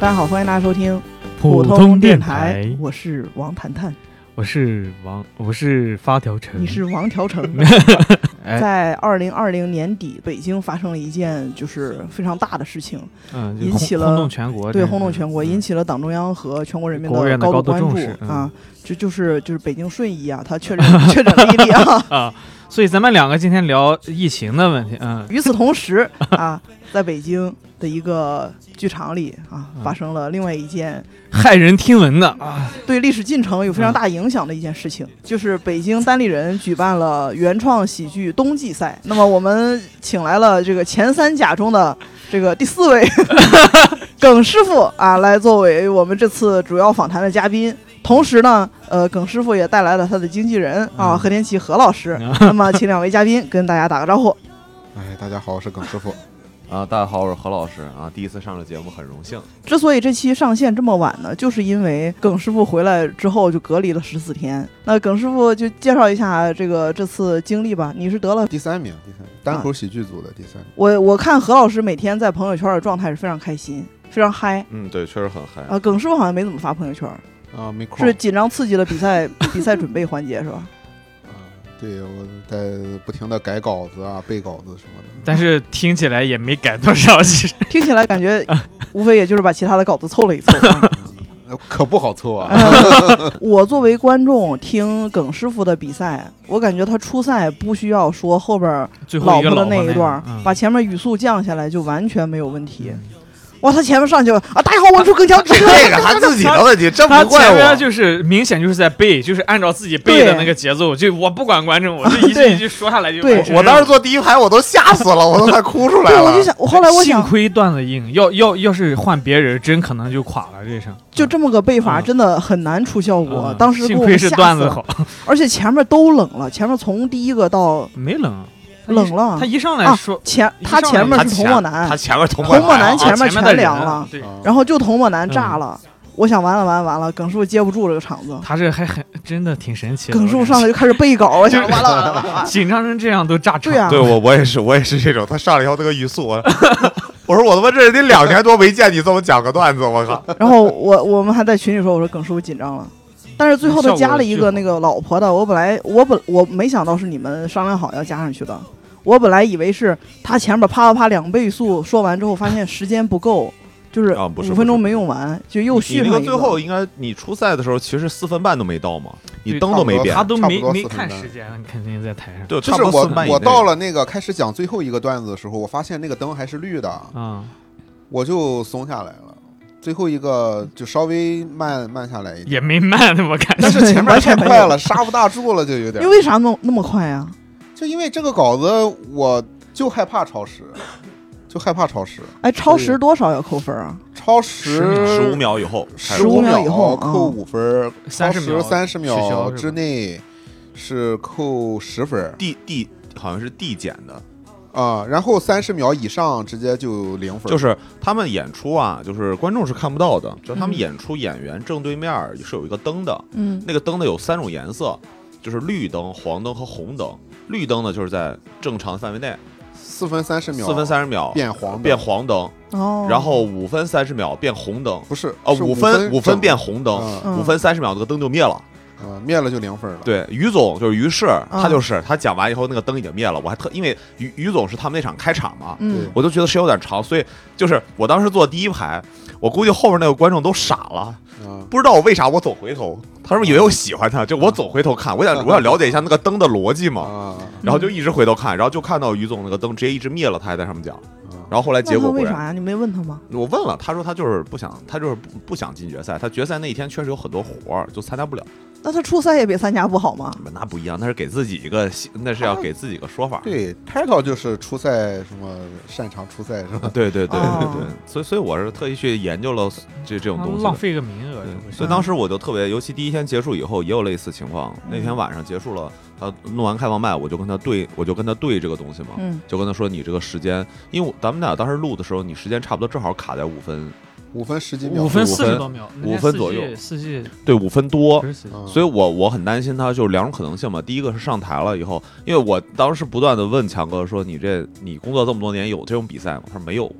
大家好，欢迎大家收听普通电台， 我是王谈谈， 我是发条城， 你是王条城。在2020年底，北京发生了一件就是非常大的事情，引起了轰动全国， 对，轰动全国，引起了党中央和全国人民的高度关注啊！就是北京顺义啊，他确诊了一例啊。 所以咱们两个今天聊疫情的问题， 与此同时啊，在北京的一个剧场里啊，发生了另外一件骇人听闻的啊， 对历史进程有非常大影响的一件事情，就是北京单立人举办了原创喜剧冬季赛。那么我们请来了这个前3甲中的这个第4位耿师傅啊，来作为我们这次主要访谈的嘉宾。同时呢，耿师傅也带来了他的经纪人啊，何天琪何老师。那么请2位嘉宾跟大家打个招呼。 大家好，我是耿师傅。 大家好，我是何老师啊，第一次上这节目很荣幸。 之所以这期上线这么晚呢，就是因为耿师傅回来之后就隔离了14天。那耿师傅就介绍一下这次经历吧。你是得了第3名，单口喜剧组的第3 名。我看何老师每天在朋友圈的状态是非常开心，非常嗨。 对，确实很嗨。 耿师傅好像没怎么发朋友圈没空， 是紧张刺激的比赛准备环节是吧？ 对，我在不停的改稿子啊、背稿子什么的， 但是听起来也没改多少，其实听起来感觉无非也就是把其他的稿子凑了一凑。 可不好凑啊！ 我作为观众听耿师傅的比赛，我感觉他出赛不需要说后边老婆的那一段，把前面语速降下来就完全没有问题。哇，他前面上去啊！大家好，我是耿强。这个他自己的问题，真不怪我。 他前面就是明显就是在背，就是按照自己背的那个节奏，就我不管观众，我就一句说下来就。 对， 我当时坐第1排，我都吓死了，我都快哭出来了。 对，我就想，后来我想， 幸亏段子硬，要是换别人，真可能就垮了这声。 就这么个背法，真的很难出效果。当时幸亏是段子好， 而且前面都冷了，前面从第1个到没冷。 冷了， 他一上来说， 他前面是童漠男， 他前面童漠男前面全凉了，然后就童漠男炸了。我想完了，耿师傅接不住这个场子。 他这还很真的挺神奇的。 耿师傅上来就开始背稿，我想完了， 紧张成这样都炸场。 对，我也是这种。他上来以后那个语速，我说我他妈这人得2年多没见你这么讲个段子，我靠。 然后我们还在群里说，我说耿师傅紧张了。但是最后他加了一个那个老婆的，我没想到是你们商量好要加上去的。我本来以为是他前面啪2倍速说完之后，发现时间不够，就是5分钟没用完，就又续上一个。 你那个最后应该你出赛的时候，其实4分半都没到嘛，你灯都没变， 他都没看时间，肯定在台上。 对， 就是我到了那个开始讲最后一个段子的时候，我发现那个灯还是绿的，我就松下来了。最后一个就稍微慢下来一点， 也没慢那么看， 但是前面太快了，刹不大住了，就有点。 因为啥那么快啊？ 就因为这个稿子，我就害怕超时。 超时多少要扣分啊？ 超时 15秒以后 ，15秒以后扣5分，30秒之内是扣10分。 好像是递减的。 然后30秒以上直接就0分。 就是他们演出啊，就是观众是看不到的，就是他们演出演员正对面是有一个灯的，那个灯呢有3种颜色，就是绿灯、黄灯和红灯。绿灯呢就是在正常范围内 ，4分30秒变黄灯，然后5分30秒变红灯， 不是 5分变红灯，5分30秒这个灯就灭了。 灭了就0分了。 对，于总就是于适，他讲完以后那个灯已经灭了，我还因为于总是他们那场开场嘛，我就觉得时间有点长，所以就是我当时坐第1排，我估计后面那个观众都傻了，不知道我为啥我总回头，他们以为我喜欢他，就我总回头看，我想了解一下那个灯的逻辑嘛，然后就一直回头看，然后就看到于总那个灯直接一直灭了，他还在上面讲。然后后来结果为啥呀？你没问他吗？ 我问了，他说他就是不想进决赛，他决赛那一天确实有很多活儿，就参加不了。 那他出赛也比参加不好吗？ 那不一样，那是给自己一个，那是要给自己一个说法。 对 ，title 就是出赛什么擅长出赛是吧？ 对，所以我是特意去研究了这种东西， 浪费个名额。 所以当时我就特别，尤其第1天结束以后也有类似情况。那天晚上结束了，他弄完开放麦，我就跟他对这个东西嘛，就跟他说你这个时间，因为咱们俩当时录的时候，你时间差不多正好卡在5分10几秒，5 分40多秒 ，5分左右 ，4G 对5分多，所以我很担心他就是2种可能性嘛。第一个是上台了以后，因为我当时不断的问强哥说你工作这么多年有这种比赛吗？他说没有过。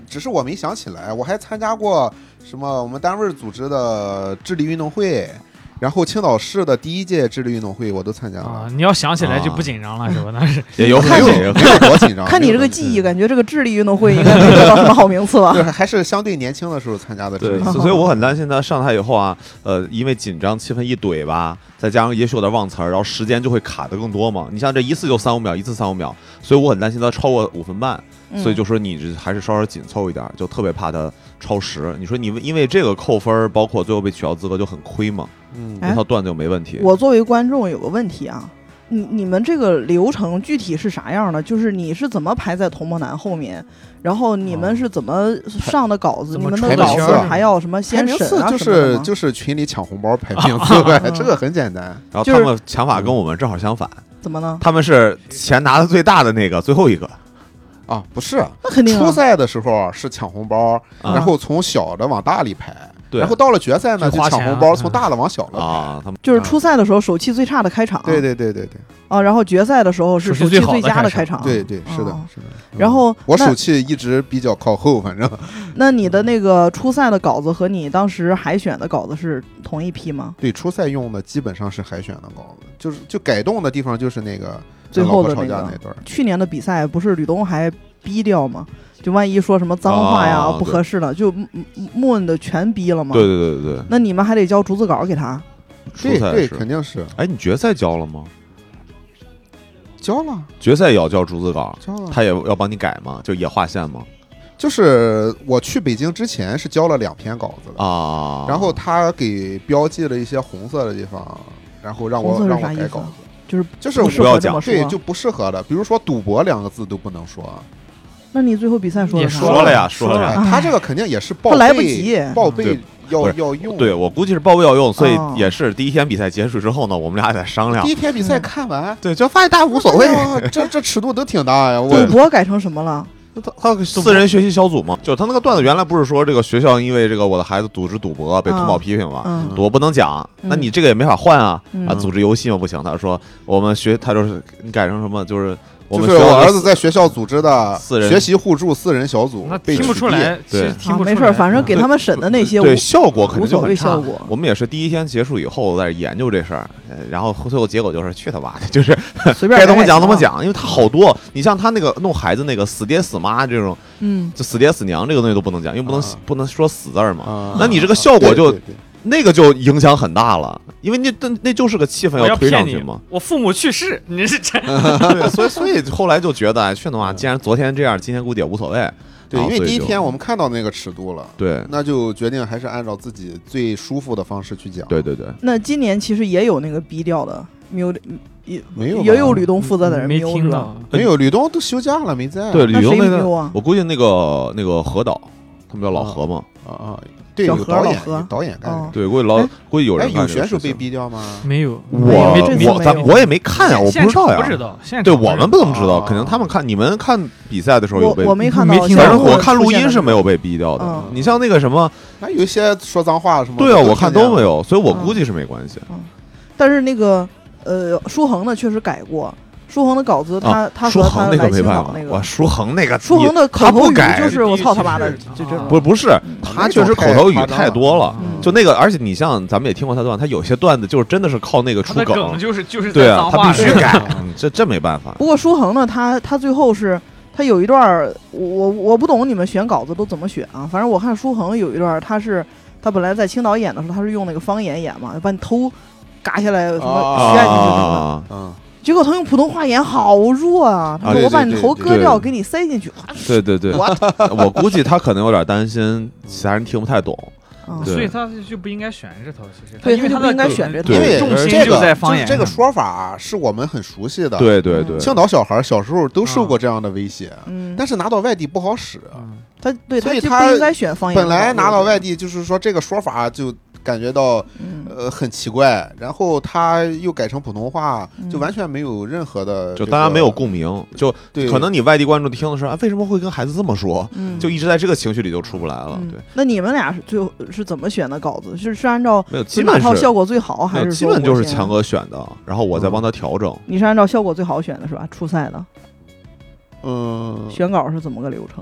只是我没想起来，我还参加过什么我们单位组织的智力运动会。然后青岛市的第1届智力运动会我都参加了。 你要想起来就不紧张了，是吧？那是也有没有多紧张。 看你这个记忆，感觉这个智力运动会应该没得到什么好名次吧？ 对，还是相对年轻的时候参加的。 对，所以我很担心他上台以后啊，因为紧张气氛一怼吧，再加上也许有点忘词儿，然后时间就会卡得更多嘛。你像这一次就3-5秒，一次3-5秒，所以我很担心他超过5分半。所以就说你这还是稍稍紧凑一点，就特别怕他超时。你说你因为这个扣分，包括最后被取消资格就很亏嘛。那套段子就没问题。 我作为观众有个问题啊，你们这个流程具体是啥样的？就是你是怎么排在童梦男后面，然后你们是怎么上的稿子？你们的稿子还要什么先审啊？ 就是群里抢红包排名次呗，这个很简单。 然后他们抢法跟我们正好相反。 怎么呢？ 他们是钱拿的最大的那个最后一个。 啊，不是， 那肯定。 初赛的时候是抢红包，然后从小的往大里排，然后到了决赛呢就抢红包，从大的往小的排。 他们就是初赛的时候手气最差的开场。 对。 啊，然后决赛的时候是手气最佳的开场。 对，是的。 然后我手气一直比较靠后，反正。 那你的那个初赛的稿子和你当时海选的稿子是同一批吗？ 对，初赛用的基本上是海选的稿子，就改动的地方就是那个最后的吵架那段。 去年的比赛不是吕东还逼掉吗？就万一说什么脏话呀、不合适的，就Moon的全逼了吗？ 对。 那你们还得交逐字稿给他。 对，肯定是。 哎，你决赛交了吗？ 交了。 决赛也要交逐字稿， 交了。 他也要帮你改吗？就也划线吗？ 就是我去北京之前是交了2篇稿子的啊， 然后他给标记了一些红色的地方，然后让我改稿子，就是不要讲， 对，就不适合的，比如说赌博2个字都不能说。 那你最后比赛也说了呀， 他这个肯定也是报来不及， 报备要用。 对，我估计是报备要用，所以也是第1天比赛结束之后呢，我们俩在商量。 第1天比赛看完， 对，就发现大家无所谓， 这尺度都挺大呀。 赌博改成什么了？ 他4人学习小组嘛，就他那个段子原来不是说这个学校因为这个我的孩子组织赌博被通报批评嘛，赌博不能讲，那你这个也没法换啊，组织游戏嘛不行。他说我们他就是你改成什么就是我儿子在学校组织的学习互助4人小组， 听不出来， 对， 没事，反正给他们审的那些对效果肯定就很差。 我们也是第1天结束以后在研究这事儿，然后最后结果就是去他妈的，就是随便该怎么讲怎么讲，因为他好多，你像他那个弄孩子那个死爹死妈这种，就死爹死娘这个东西都不能讲，因为不能说死字嘛，那你这个效果就。那个就影响很大了，因为那就是个气氛要推上去嘛。 我父母去世，你是这对，所以后来就觉得去的话，既然昨天这样，今天估计也无所谓。 对，因为第1天我们看到那个尺度了， 对， 那就决定还是按照自己最舒服的方式去讲。 对。 那今年其实也有那个逼掉的，没有吕东负责的人没听到， 没有吕东都休假了没在。 对，吕东那个我估计那个何导，他们叫老何嘛。 对，有导演干的。 对，估计有人。 有选手被逼掉吗？ 没有， 我也没看呀，我不知道呀。 不知道， 对我们不能知道，肯定他们看你们看比赛的时候有被。 我没看到， 没听到。 我看录音是没有被逼掉的。你像那个什么， 有一些说脏话什么。 对啊，我看都没有，所以我估计是没关系。 但是那个舒恒的确实改过。舒恒的稿子，他和他来青岛那个， 舒恒那个， 舒恒的口头语就是我操他妈的，就这种。 不是，他确实口头语太多了，就那个，而且你像咱们也听过他段，他有些段子就是真的是靠那个出梗，就是对啊，他必须改，这没办法。 不过舒恒呢，他最后是他有一段，我不懂你们选稿子都怎么选啊，反正我看舒恒有一段，他本来在青岛演的时候，他是用那个方言演嘛，把你头嘎下来什么旋进去什么的。结果他用普通话演好弱啊！他说我把你头割掉，给你塞进去。 对，我估计他可能有点担心其他人听不太懂， 所以他就不应该选这套。其实对，他就不应该选这套， 因为重心就在方言。 这个说法是我们很熟悉的。 对， 青岛小孩小时候都受过这样的威胁，但是拿到外地不好使。 所以他不应该选方言。 本来拿到外地就是说这个说法就。感觉到很奇怪，然后他又改成普通话，就完全没有任何的， 就大家没有共鸣，就可能你外地观众听的是为什么会跟孩子这么说，就一直在这个情绪里就出不来了。对， 那你们俩最后是怎么选的稿子？是按照哪套效果最好，还是基本就是强哥选的，然后我再帮他调整。 你是按照效果最好选的是吧？初赛的，选稿是怎么个流程？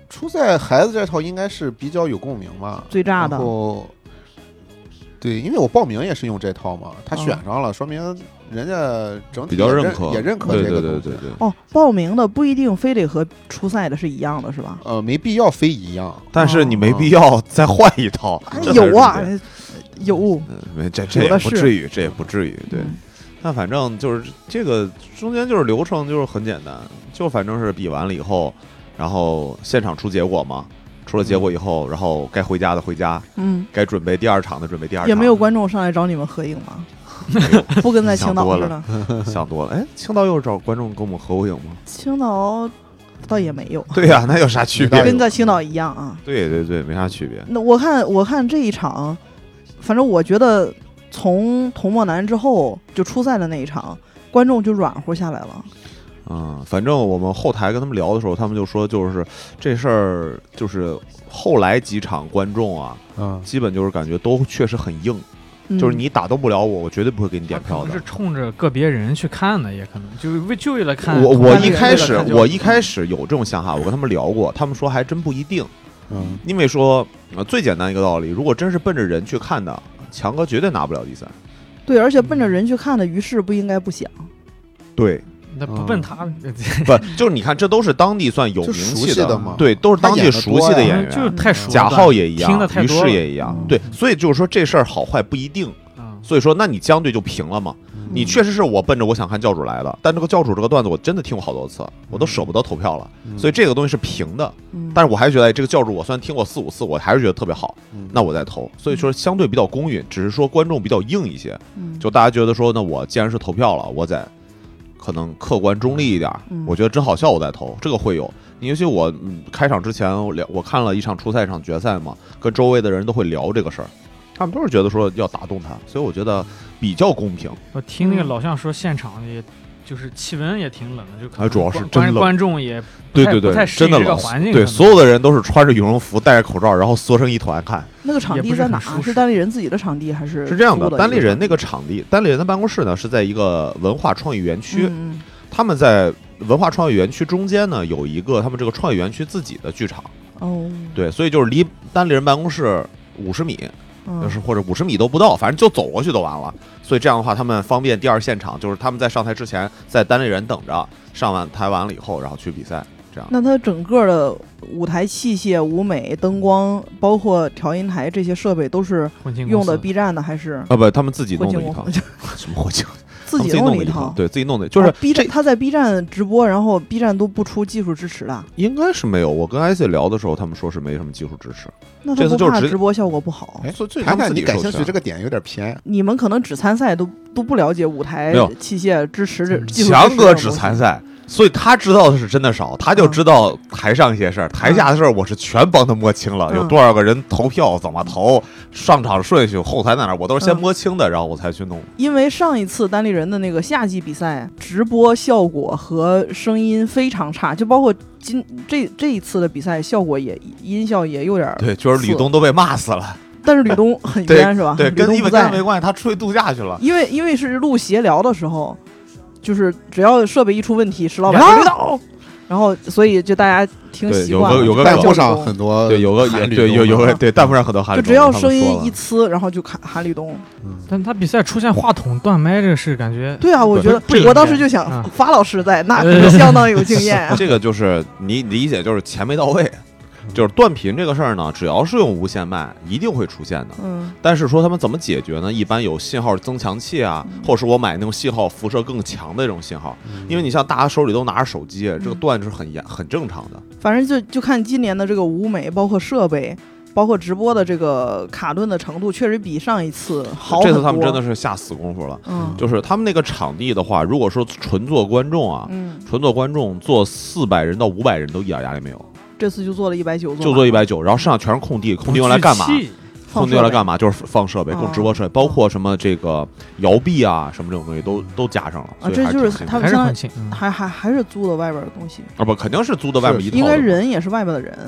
初赛孩子这套应该是比较有共鸣嘛， 最炸的。 然后对，因为我报名也是用这套嘛，他选上了，说明人家整体比较认可， 也认可这个东西。 对。 哦，报名的不一定非得和初赛的是一样的，是吧？ 没必要非一样， 但是你没必要再换一套。 有啊，有， 这也不至于，这也不至于，对。但反正就是这个中间就是流程就是很简单，就反正是比完了以后，然后现场出结果嘛，出了结果以后，然后该回家的回家，该准备第二场的准备第二场。 也没有观众上来找你们合影吗？不跟在青岛似的。 想多了，哎，青岛有找观众跟我们合影吗？ 青岛倒也没有。 对呀，那有啥区别？ 跟在青岛一样啊。 对，没啥区别。 那我看这一场，反正我觉得。从童漠南之后，就初赛的那一场，观众就软和下来了。 反正我们后台跟他们聊的时候，他们就说，就是这事儿，就是后来几场观众啊，基本就是感觉都确实很硬，就是你打动不了我绝对不会给你点票的。 是冲着个别人去看的，也可能就为了看。 我一开始有这种想法，我跟他们聊过，他们说还真不一定。因为说最简单一个道理，如果真是奔着人去看的。强哥绝对拿不了第三， 对，而且奔着人去看的，于是不应该不想。 对， 那不奔他， 不就是你看，这都是当地算有名气的嘛？ 对，都是当地熟悉的演员， 就是太熟了。 贾浩也一样， 听得太多了， 于是也一样。对，所以就是说这事儿好坏不一定。所以说，那你相对就平了嘛。你确实是我奔着我想看教主来的，但这个教主这个段子我真的听过好多次，我都舍不得投票了。所以这个东西是平的，但是我还是觉得这个教主我虽然听过4、5次，我还是觉得特别好，那我再投。所以说相对比较公允，只是说观众比较硬一些，就大家觉得说，那我既然是投票了，我得可能客观中立一点，我觉得真好笑我再投，这个会有。尤其我开场之前我看了一场初赛一场决赛嘛，跟周围的人都会聊这个事儿。他们都是觉得说要打动他，所以我觉得比较公平。 我听那个老向说，现场也就是气氛也挺冷的，就可能主要是真冷， 观众也对， 不太适应这个环境。 对，所有的人都是穿着羽绒服，戴着口罩，然后缩成一团看。 那个场地在哪？是单立人自己的场地还是？ 是这样的，单立人那个场地，单立人的办公室呢是在一个文化创意园区。他们在文化创意园区中间呢有一个他们这个创意园区自己的剧场。对，所以就是离单立人办公室50米。就是或者50米都不到，反正就走过去都完了。所以这样的话，他们方便第二现场，就是他们在上台之前，在单立人等着上完台完了以后，然后去比赛。这样。 那它整个的舞台器械、舞美、灯光，包括调音台这些设备，都是用的 B 站的还是？ 不，他们自己弄的一套。什么混镜？ 自己弄的一套， 对自己弄的，就是 B 站，他在 B 站直播，然后 B 站都不出技术支持的， 应该是没有。我跟 IC 聊的时候，他们说是没什么技术支持。 那他不怕直播效果不好？ 谈谈你感兴趣这个点有点偏。 你们可能只参赛都不了解舞台器械支持技术。 强哥只参赛。所以他知道的是真的少，他就知道台上一些事儿，台下的事儿我是全帮他摸清了，有多少个人投票，怎么投，上场顺序，后台在哪儿，我都是先摸清的，然后我才去弄。 因为上一次单立人的那个夏季比赛，直播效果和声音非常差，就包括这一次的比赛效果也音效也有点对，就是吕东都被骂死了。 但是吕东很冤是吧？ 对，跟一本跟没关系，他出去度假去了。 因为是录闲聊的时候。就是只要设备一出问题，石老板就倒，然后所以就大家听习惯了。 有个弹幕上很多对，有个弹幕上很多喊吕东， 就只要声音一呲，然后就喊吕东。 但他比赛出现话筒断麦这个事，感觉对啊，我觉得我当时就想，法老师在那可是相当有经验。 这个就是你理解，就是钱没到位。就是断频这个事儿呢，只要是用无线麦，一定会出现的。但是说他们怎么解决呢？一般有信号增强器啊，或者是我买那种信号辐射更强的这种信号。因为你像大家手里都拿着手机，这个断是很正常的。 反正就看今年的这个舞美，包括设备，包括直播的这个卡顿的程度，确实比上一次好很多。 这次他们真的是下死功夫了。就是他们那个场地的话，如果说纯做观众啊，纯做观众做400人到500人都一点压力没有。 这次就做了190， 就做190，然后剩下全是空地，空地用来干嘛？空地用来干嘛？就是放设备，供直播设备，包括什么这个摇臂啊，什么这种东西都加上了。 这就是他们还是租的外边的东西啊？不，肯定是租的外边一套。 应该人也是外边的人。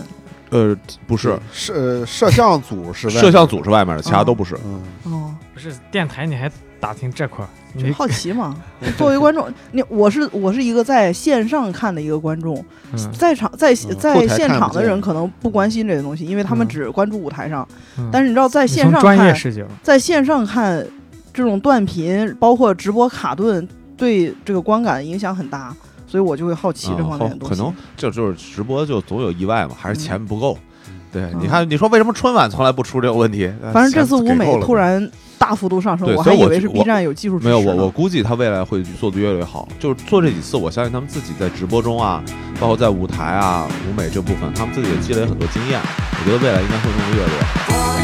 不是， 摄像组是摄像组是外面的，其他都不是。 哦， 不是电台，你还打听这块儿？ 你好奇嘛？作为观众，我是一个在线上看的一个观众，在现场的人可能不关心这些东西，因为他们只关注舞台上。但是你知道，在线上看，在线上看这种断频，包括直播卡顿，对这个观感影响很大。所以我就会好奇这方面的东西。 可能就是直播就总有意外嘛，还是钱不够。对，你看，你说为什么春晚从来不出这个问题？ 反正这次舞美突然大幅度上升，我还以为是 B 站有技术支持。 没有，我估计他未来会做得越来越好。就是做这几次，我相信他们自己在直播中啊，包括在舞台啊、舞美这部分，他们自己也积累很多经验。我觉得未来应该会弄得越来越好。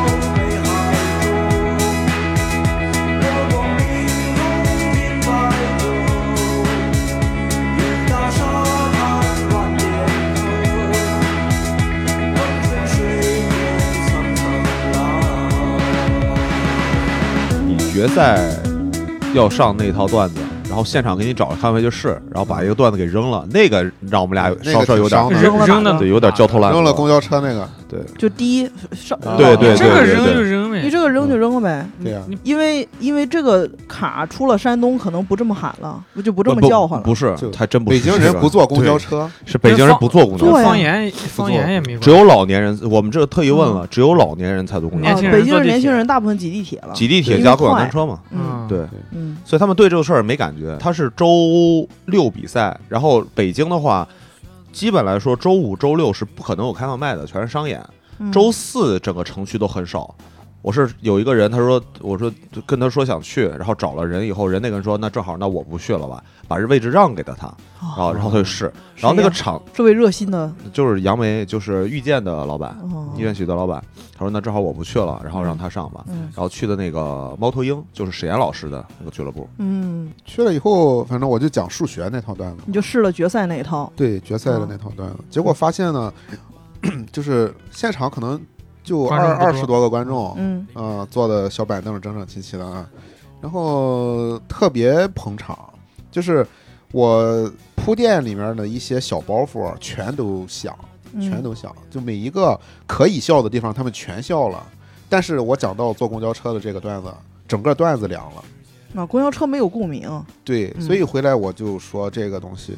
决赛要上那套段子，然后现场给你找看回去试，然后把一个段子给扔了，那个让我们俩稍稍有点扔的， 对，有点焦头烂额。 扔了公交车那个， 对， 就第一上， 对， 这个扔就扔呗， 你这个扔就扔了呗。 对呀， 因为这个卡出了山东，可能不这么喊了，就不这么叫唤了。 不是，还真不是。 北京人不坐公交车， 是北京人不坐公交车。 方言也没， 只有老年人。我们这特意问了，只有老年人才坐公交车。 北京年轻人大部分挤地铁了， 挤地铁加共享单车嘛。对，所以他们对这个事儿没感觉。他是周6比赛，然后北京的话，基本来说周5、周6是不可能有开放麦的，全是商演。周4整个城区都很少。我是有一个人，我说跟他说想去，然后找了人以后，那个人说那正好，那我不去了吧，把位置让给他，然后他就试，然后那个场这位热心的就是杨梅，就是遇见的老板，医院喜的老板，他说那正好我不去了，然后让他上吧，然后去的那个猫头鹰，就是史岩老师的那个俱乐部， 去了以后，反正我就讲数学那套段子， 你就试了决赛那一套， 对，决赛的那套段子，结果发现呢，就是现场可能就20多个观众，坐的小板凳整整齐齐的啊，然后特别捧场，就是我铺垫里面的一些小包袱全都响，就每一个可以笑的地方他们全笑了，但是我讲到坐公交车的这个段子，整个段子凉了。 公交车没有共鸣。 对，所以回来我就说这个东西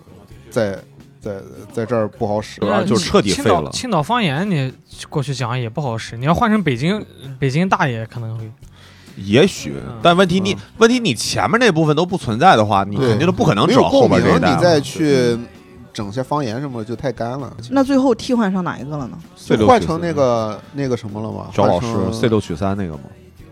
在这儿不好使， 就彻底废了。 青岛方言你过去讲也不好使，你要换成北京大爷可能会。 也许，但问题你前面那部分都不存在的话，你肯定都不可能找后边这一代。 你再去整些方言什么就太干了。 那最后替换上哪一个了呢？ 换成那个什么了吗？ 找老师 C6取3那个吗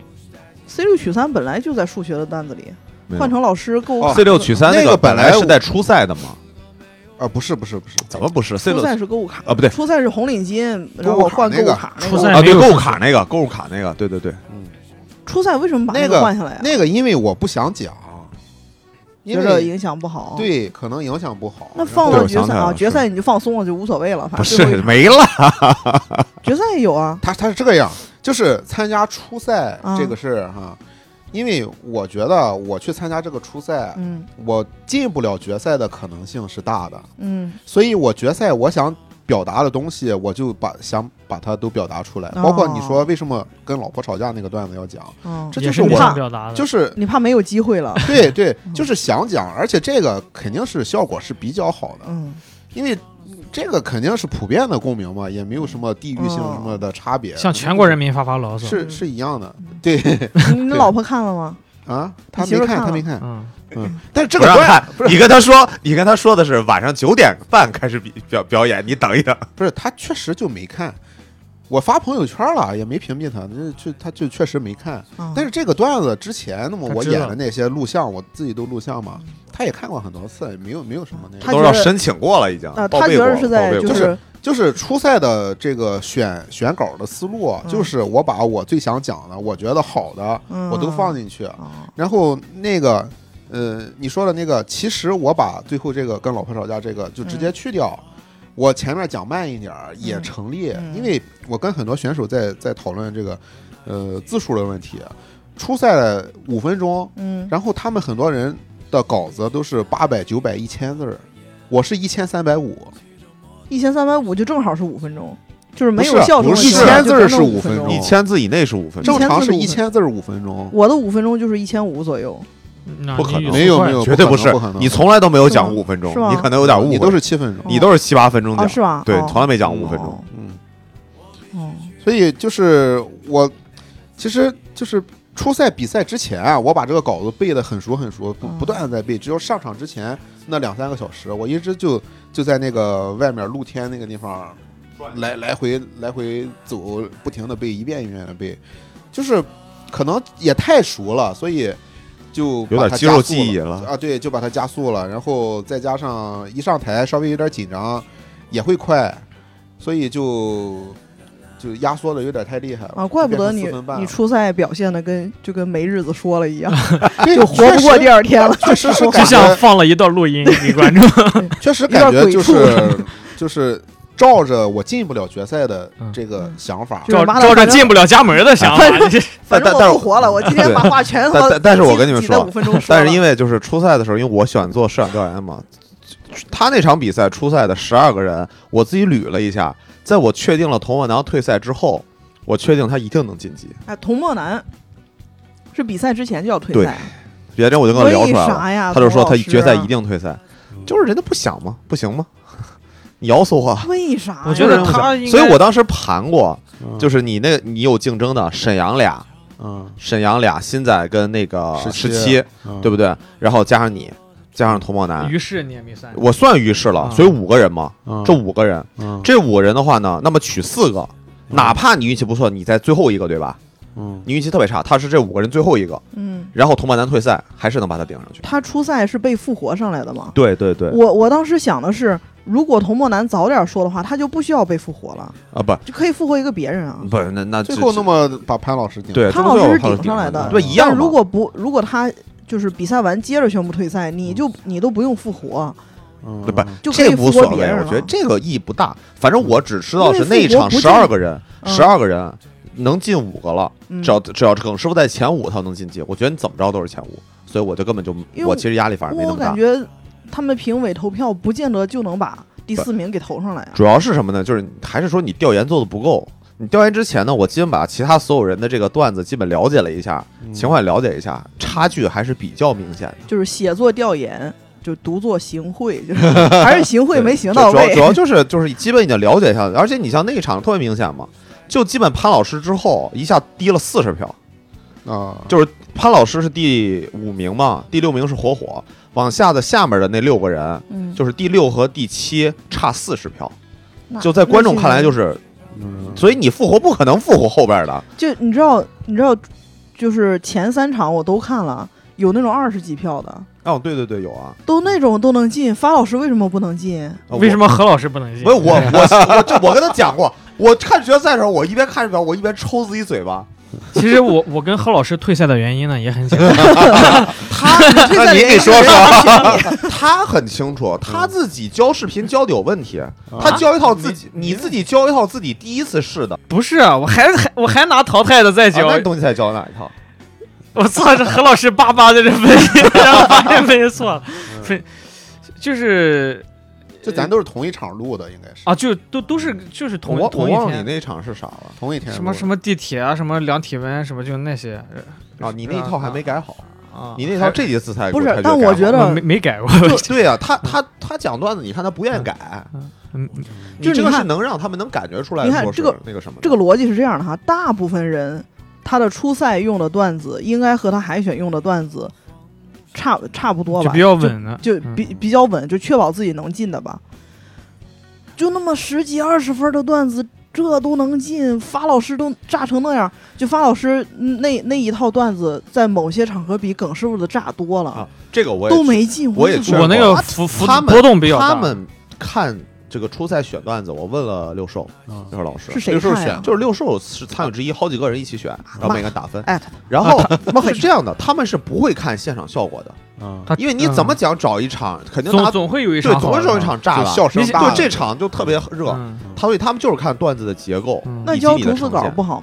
？C6取3本来就在数学的段子里，换成老师够。 C6取3那个本来是在初赛的吗？ 不是， 怎么不是？ 初赛是购物卡不对， 初赛是红领巾，然后换购物卡初赛对，购物卡那个，对， 初赛为什么把那个换下来？ 那个因为我不想讲， 觉得影响不好。 对，可能影响不好。 那放到决赛啊，决赛你就放松了就无所谓了， 不是没了。 决赛也有啊， 他是这个样，就是参加初赛这个事哈。因为我觉得我去参加这个初赛，我进不了决赛的可能性是大的，所以我决赛我想表达的东西，我就想把它都表达出来，包括你说为什么跟老婆吵架那个段子要讲，这就是我想表达的， 就是你怕没有机会了， 对，就是想讲，而且这个肯定是效果是比较好的，因为这个肯定是普遍的共鸣嘛，也没有什么地域性什么的差别， 向全国人民发牢骚， 是一样的。对， 你老婆看了吗？ 他没看，但是这个段你跟他说的是晚上9点半开始表演，你等一等。 不是，他确实就没看。我发朋友圈了，也没屏蔽他，他就确实没看。但是这个段子之前，那么我演的那些录像，我自己都录像嘛，他也看过很多次，没有什么那个， 都要申请过了已经。 他觉得是在就是初赛的这个选稿的思路，就是我把我最想讲的，我觉得好的，我都放进去，然后那个你说的那个，其实我把最后这个跟老婆吵架这个就直接去掉。我前面讲慢一点也成立，因为我跟很多选手在讨论这个字数的问题。初赛5分钟，然后他们很多人的稿子都是800、900、1000字，我是1350， 1350就正好是5分钟，就是没有笑声的 1000字是5分钟 ，1000字以内是5分钟，正常是1000字5分钟。 我的5分钟就是1500左右。 不可能， 没有， 绝对不是。你从来都没有讲5分钟，你可能有点误会。 你都是7分钟， 你都是7、8分钟讲， 是吧？ 对，从来没讲5分钟。 所以就是我，其实就是初赛比赛之前啊，我把这个稿子背得很熟很熟，不断的在背。只有上场之前那2-3个小时，我一直就在那个外面露天那个地方来回走，不停的背，一遍一遍的背，就是可能也太熟了，所以就有点肌肉记忆了啊。对，就把它加速了，然后再加上一上台稍微有点紧张，也会快，所以就压缩的有点太厉害了啊！怪不得你初赛表现的就跟没日子说了一样，就活不过第2天了。 确实是就像放了一段录音给观众， 确实感觉就是照着我进不了决赛的这个想法， 照着进不了家门的想法。 反正我不活了，我今天把话全但是我跟你们说，但是因为为就是初赛的时候，因为我喜欢做市场调研嘛，他那场比赛初赛的12个人，我自己捋了一下。在我确定了童墨南退赛之后，我确定他一定能晋级。 哎，童墨南是比赛之前就要退赛， 别人我就跟他聊出来了， 呀？ 他就说他决赛一定退赛，就是人家不想吗？不行吗？你咬死我！ 为啥？ 我觉得他， 所以我当时盘过，就是你有竞争的沈阳俩，新仔跟那个17，对不对？然后加上你。加上童墨南， 于是你也没算， 我算于是了，所以5个人嘛，这5个人，这5个人的话呢，那么取4个，哪怕你运气不错，你在最后一个，对吧？你运气特别差，他是这5个人最后一个，然后童墨南退赛，还是能把他顶上去。 他初赛是被复活上来的吗？ 对对对， 我当时想的是，如果童墨南早点说的话，他就不需要被复活了啊，不就可以复活一个别人啊？ 不，那最后那么把潘老师顶， 对， 潘老师是顶上来的， 对，一样。 如果他就是比赛完接着宣布退赛，你都不用复活， 对吧？ 就可以复活别人了。 我觉得这个意义不大。反正我只知道是那一场12个人，12个人能进5个了。只要耿师傅在前5，他能晋级。我觉得你怎么着都是前5，所以我就根本就我其实压力反而没那么大。 我感觉他们评委投票不见得就能把第4名给投上来啊。 主要是什么呢？就是还是说你调研做的不够。你调研之前呢，我基本把其他所有人的这个段子基本了解了一下，情况了解一下，差距还是比较明显的。 就是写作调研，就独做行贿，就是还是行贿没行到位。 主要就是基本已经了解一下，而且你像那一场特别明显嘛，就基本潘老师之后一下低了40票啊， 就是潘老师是第5名嘛，第6名是火火，往下的下面的那6个人，就是第6和第7差40票，就在观众看来就是。所以你复活不可能复活后边的， 就你知道，就是前3场我都看了，有那种20几票的。 哦，对对对，有啊， 都那种都能进。发老师为什么不能进？ 为什么何老师不能进？ 不是我跟他讲过，我看决赛的时候，我一边看着表，我一边抽自己嘴巴。 其实我跟何老师退赛的原因呢也很简单， 那你给说说，他很清楚，他自己教视频教的有问题，他教一套自己，你自己教一套自己第一次试的， 不是啊，我还拿淘汰的再教， 那东西才教哪一套？ 我操，这何老师巴巴在这分析，然后发现分析错了，就是这咱都是同一场录的，应该是啊，就都是就是同一天。 我忘了你那场是啥了， 同一天什么地铁啊，什么量体温什么，就那些啊，你那一套还没改好啊，你那套这几次才不是，但我觉得没改过。 对呀，他讲段子，你看他不愿意改，你这个是能让他们能感觉出来。 你看这个那个什么， 这个逻辑是这样的哈，大部分人他的初赛用的段子应该和他海选用的段子差不多吧， 就比较稳的， 就比较稳，就确保自己能进的吧。就那么10几20分的段子，这都能进，发老师都炸成那样。就发老师那一套段子，在某些场合比耿师傅的炸多了。 这个我都没进， 我也我那个波动比较大。 他们看这个初赛选段子，我问了六兽老师是谁看呀？ 就是六兽是参与之一，好几个人一起选，然后每个人打分。然后是这样的，他们是不会看现场效果的。因为你怎么讲找一场肯定总会有一场， 对，总会有一场炸了， 笑声大， 对，这场就特别热。所以他们就是看段子的结构。 那教逐字稿不好吗？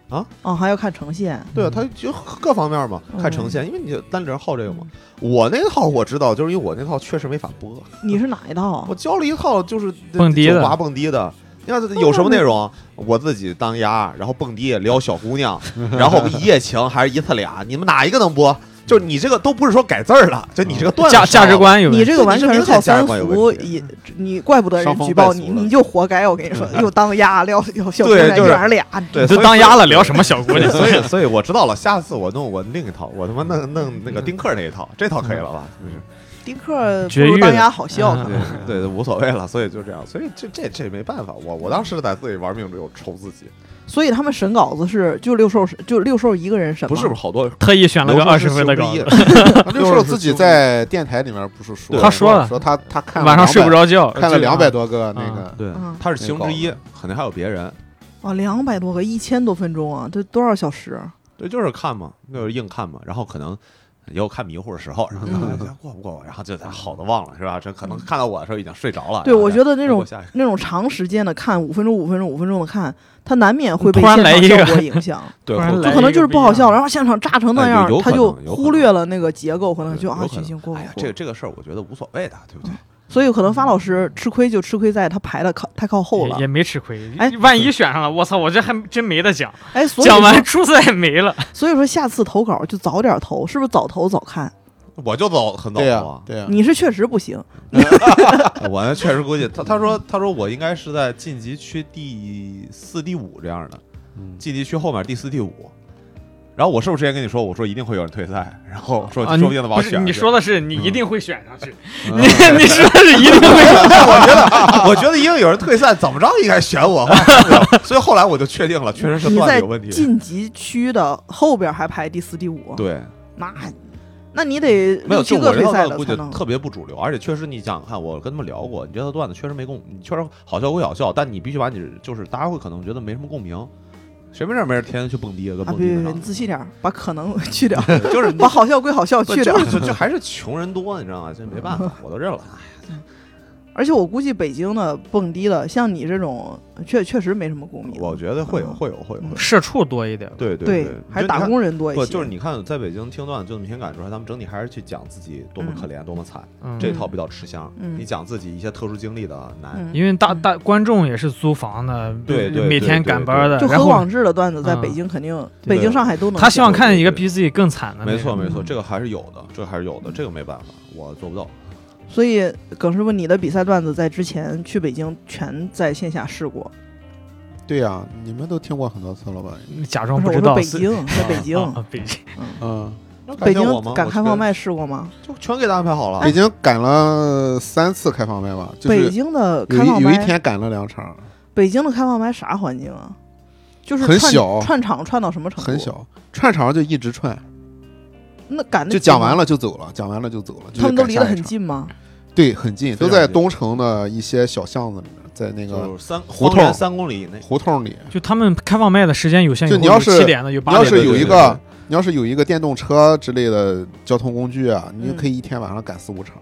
还要看呈现。 对啊，它就各方面嘛，看呈现，因为你单人号这个嘛。我那套我知道，就是因为我那套确实没法播。 你是哪一套？ 我教了一套就是蹦迪的， 酒吧蹦迪的。你看有什么内容？我自己当鸭，然后蹦迪聊小姑娘，然后一夜情还是一次俩，你们哪一个能播？就是你这个都不是说改字儿了，就你这个段价值观有， 你这个完全是靠三伏，你怪不得人举报你，你就活该。我跟你说，又当鸭聊小姑娘， 就是俩， 对， 都当鸭了，聊什么小姑娘？ 所以我知道了，下次我弄我另一套，我他妈弄那个丁克那一套，这套可以了吧？就是丁克不如当鸭好笑， 对，无所谓了，所以就这样，所以这没办法，我当时在自己玩命就抽自己。 所以他们审稿子是就六兽一个人审吗？ 不是好多特意选了个20分的稿子。 六兽自己在电台里面不是说， 他说了， 说他看晚上睡不着觉， 看了200多个那个， 对，他是其中之一，肯定还有别人。 啊，200多个，1000多分钟啊，这多少小时？ 对，就是看嘛，就是硬看嘛，然后可能也有看迷糊的时候，然后过不过，然后就好的忘了，是吧？这可能看到我的时候已经睡着了。 对，我觉得那种长时间的看5分钟、5分钟、5分钟的看，它难免会被现场效果影响。 对， 就可能就是不好笑，然后现场炸成那样，他就忽略了那个结构，可能就行过。 哎呀，这个事儿我觉得无所谓的，对不对？ 所以可能发老师吃亏就吃亏在他排的太靠后了， 也没吃亏。哎，万一选上了，我操，我这还真没得讲。 哎， 讲完初赛没了。 所以说下次投稿就早点投，是不是早投早看？ 我就很早投， 对呀， 你是确实不行。 我确实估计他说我应该是在晋级区第4、第5这样的，晋级区后面第4、第5。然后我是不是之前跟你说，我说一定会有人退赛，然后说说不定的把我选。 你说的是你一定会选上去，你说的是一定会选上去。我觉得一定有人退赛，怎么着应该选我，所以后来我就确定了，确实是段子有问题。 你在晋级区的后边还排第4、第5， 对， 那你得没有 7个退赛的估计特别不主流，而且确实你想想看，我跟他们聊过，你觉得段子确实没共，你确实好笑归好笑，但你必须把你就是大家会可能觉得没什么共鸣。谁没事天天去蹦迪跟蹦迪上？ 你仔细点，把可能去掉，就是把好笑归好笑去掉。 就还是穷人多，你知道吗？这没办法，我都认了。 而且我估计北京的蹦迪的，像你这种确实没什么共鸣。 我觉得会有， 社畜多一点。 对， 还是打工人多一些。 不，就是你看，在北京听段子就明显感出来，他们整体还是去讲自己多么可怜、多么惨，这套比较吃香。你讲自己一些特殊经历的难， 因为大观众也是租房的， 对， 每天赶班的。 就何广智的段子在北京肯定，北京、上海都能。 他希望看见一个比自己更惨的。 没错，这个还是有的，这个没办法，我做不到。 所以耿师傅，你的比赛段子在之前去北京全在线下试过？ 对呀，你们都听过很多次了吧？ 假装不知道。 北京，在北京， 北京， 北京赶开放麦试过吗？ 就全给他安排好了。 北京赶了3次开放麦吧？ 北京的开放麦有一天赶了2场。 北京的开放麦啥环境啊？就是很小， 串场串到什么程度？ 很小，串场就一直串。 那赶就讲完了就走了，他们都离得很近吗？ 对，很近，都在东城的一些小巷子里面，在那个胡同 3公里以内胡同里。 就他们开放麦的时间有限， 就你要是 7点的有8点的。 你要是有一个电动车之类的交通工具啊，你就可以一天晚上赶4、5场。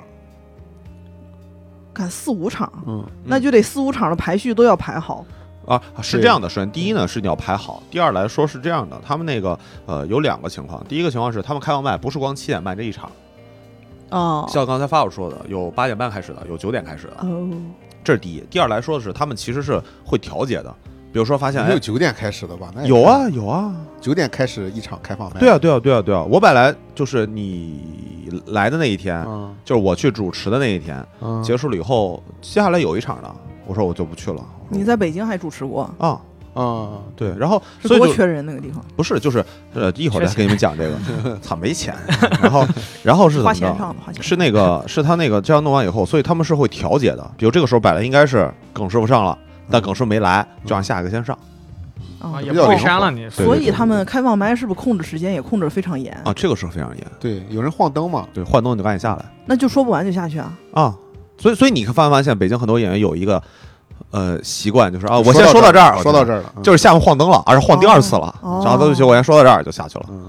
赶4、5场，那就得4、5场的排序都要排好。 啊，是这样的。首先，第一呢是你要排好，第二来说是这样的，他们那个有2个情况。第一个情况是他们开放麦不是光7点半这一场，像刚才发我说的，有8点半开始的，有9点开始的，这是第一。第二来说的是，他们其实是会调节的，比如说发现没有9点开始的吧？ 有啊 ，9点开始一场开放麦。 对啊，我本来就是你来的那一天，就是我去主持的那一天，结束了以后，接下来有一场的，我说我就不去了。 你在北京还主持过啊？对，然后是多缺人那个地方？ 不是，就是一会儿再给你们讲这个，操，没钱。然后是怎么着？是那个是他那个这样弄完以后，所以他们是会调节的。比如这个时候本来应该是耿师傅上了，但耿师傅没来，就让下一个先上。 也不删了你。 所以他们开放麦是不是控制时间也控制得非常严啊？这个是非常严。 对，有人晃灯嘛？ 对，晃灯你就赶紧下来。 那就说不完就下去啊？ 所以你发现北京很多演员有一个习惯，就是我先说到这儿， 说到这儿了， 就是下面晃灯了，而且晃第2次了，然后对不起，我先说到这儿就下去了，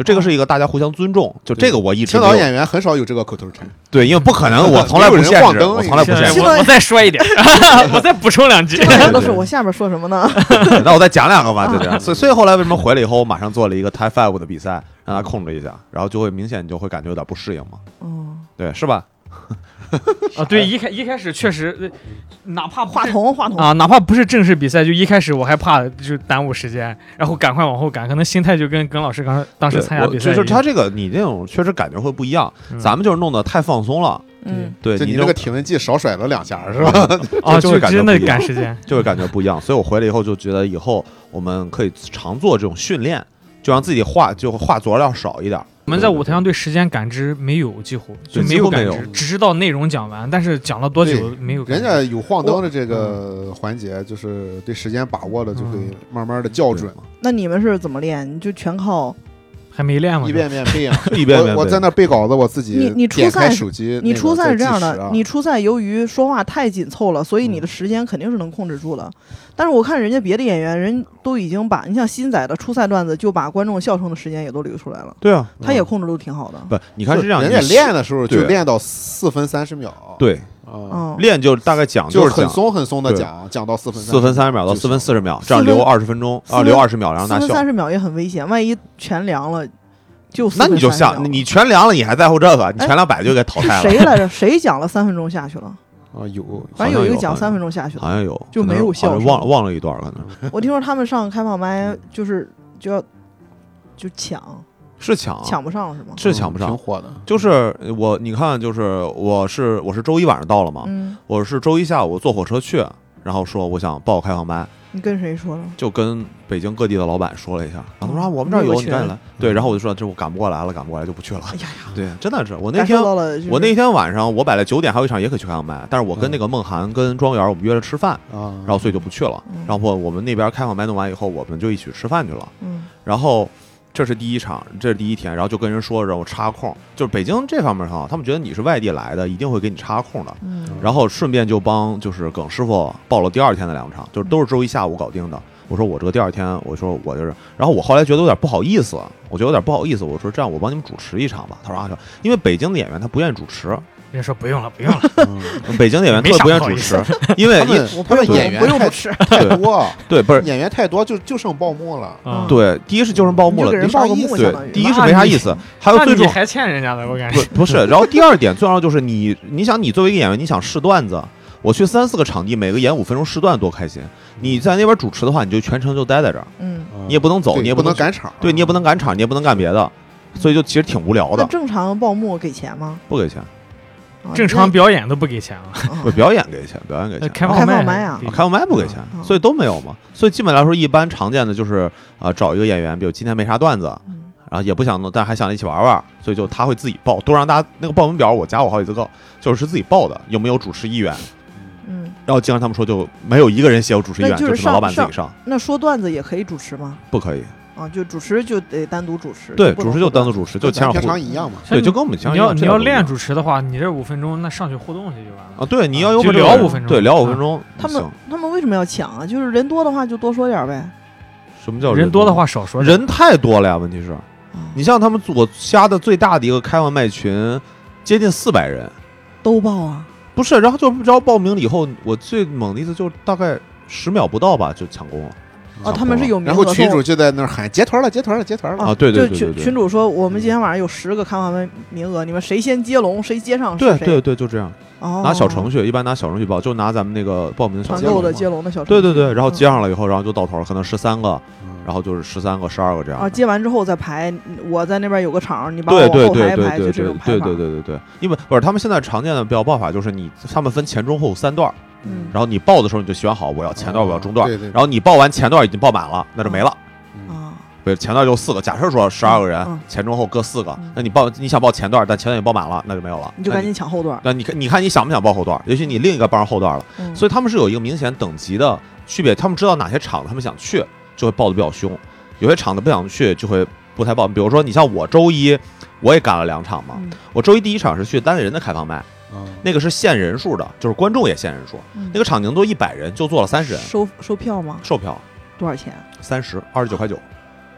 就这个是一个大家互相尊重，就这个我一直青岛演员很少有这个口头禅， 对，因为不可能，我从来不限制，我从来不限制。 我再说一点，我再补充2句。 都是我下边说什么呢？ 那我再讲2个吧，就这样。所以后来为什么回来以后，我马上做了一个 Type 5的比赛，让他控制一下，然后就会明显你就会感觉有点不适应嘛。对，是吧？ 对，一开始确实，哪怕话筒啊，哪怕不是正式比赛，就一开始我还怕就耽误时间，然后赶快往后赶，可能心态就跟耿老师当时参加比赛， 就是他这个你这种确实感觉会不一样，咱们就是弄得太放松了。对， 你那个体温计少甩了2下是吧？ 就真的赶时间， 就会感觉不一样。所以我回来以后就觉得，以后我们可以常做这种训练，就让自己画佐料少一点。 我们在舞台上对时间感知没有，几乎就没有感知，只知道内容讲完，但是讲了多久没有感知。 人家有晃灯的这个环节，就是对时间把握的就会慢慢的校准。 那你们是怎么练？你就全靠还没练吗？ 一遍遍背啊， 一遍遍。 我在那背稿子，我自己你初赛手机， 你初赛是这样的，你初赛由于说话太紧凑了，所以你的时间肯定是能控制住了。但是我看人家别的演员，人都已经把你像新仔的初赛段子，就把观众笑声的时间也都留出来了。 对啊， 他也控制都挺好的。 不，你看是这样， 人家练的时候就练到4分30秒。 对。练就大概讲就很松很松的讲到4分 30秒到4分40秒，这样留20分钟啊，留20秒，然后拿笑。 4分30秒也很危险，万一全凉了。 那你就像你全凉了，你还在乎这个？你全凉摆就给淘汰了。 谁来着？谁讲了3分钟下去了？ 有， 反正有一个讲3分钟下去的， 好像有， 就没有笑声。 忘了一段可能。 我听说他们上开放麦就抢， 是抢不上是吗？ 是抢不上， 挺火的。 就是你看，就是我是周一晚上到了嘛，我是周一下午坐火车去，然后说我想报开放麦。 你跟谁说了？ 就跟北京各地的老板说了一下，然后他说我们这儿有，你赶紧来。对，然后我就说这我赶不过来就不去了。哎呀呀，对，真的是我那天晚上我摆了9点还有一场也可以去开放麦，但是我跟那个梦涵跟庄园我们约了吃饭，然后所以就不去了。然后我们那边开放麦弄完以后，我们就一起吃饭去了。然后这是第一场，这是第一天，然后就跟人说让我插空，就是北京这方面哈，他们觉得你是外地来的，一定会给你插空的。然后顺便就帮就是耿师傅报了第2天的2场，就是都是周一下午搞定的。我说我这个第2天，我说我就是，然后我后来觉得有点不好意思，我说这样我帮你们主持一场吧。他说啊，因为北京的演员他不愿意主持。 人家说不用了， 北京的演员特别不愿意主持，因为他们演员不用主持太多， 对，不是演员太多就剩报幕了。 对，第一是就剩报幕了， 没啥意思。 对，第一是没啥意思，还有最重还欠人家的，我感觉不是。然后第2点最重要就是你想你作为一个演员，你想试段子，我去3-4个场地，每个演5分钟试段多开心。你在那边主持的话，你就全程就待在这儿，你也不能走，你也不能赶场， 对你也不能赶场，你也不能干别的，所以就其实挺无聊的。 正常报幕给钱吗？ 不给钱。 正常表演都不给钱啊！ 不，表演给钱， 开放麦啊， 开放麦不给钱，所以都没有嘛。所以基本来说，一般常见的就是找一个演员，比如今天没啥段子，然后也不想弄，但还想一起玩玩，所以就他会自己报，都让大家那个报名表我加过好几次个，就是自己报的，有没有主持意愿？然后经常他们说就没有一个人写有主持意愿，就是老板自己上。 那说段子也可以主持吗？ 不可以。 就主持就得单独主持， 对，主持就单独主持，就平常一样嘛。 对，就跟我们平常一样。 你要练主持的话，你这5分钟，那上去互动去就完了。 对，你要有就聊5分钟， 对，聊5分钟。 他们为什么要抢啊？就是人多的话就多说点呗。 什么叫人多的话少说？ 人太多了呀！问题是，你像他们我加的最大的一个开放麦群，接近400人， 都报啊？ 不是，然后报名了以后，我最猛的一次就大概10秒不到吧，就抢功了。 他们是有名额， 然后群主就在那儿喊结团了啊！对，就群主说我们今天晚上有10个开放麦名额，你们谁先接龙谁接上。 对，就这样。拿小程序，一般拿小程序报，就拿咱们那个报名的小程序。 团购的接龙的小程序。 对，然后接上了以后，然后就到头了，可能13个，然后就是13个、12个这样。 接完之后再排，我在那边有个场，你把我往后排一排，就这种排法。 对，因为不是他们现在常见的报法就是他们分前中后3段。然后你报的时候你就选好，我要前段，我要中段。然后你报完前段已经报满了，那就没了。对，前段就4个。假设说12个人，前中后各4个，那你想报前段，但前段也报满了，那就没有了。 你就赶紧抢后段。 那你看你想不想报后段？也许你另一个帮上后段了。所以他们是有一个明显等级的区别，他们知道哪些场他们想去，就会报的比较凶；有些场子不想去，就会不太报。比如说你像我周一，我也赶了2场嘛。我周一第1场是去单立人的开放麦。那个是限人数的，就是观众也限人数。那个场宁都100人，就坐了30人。 收票吗？ 售票。 多少钱？ 29.9块。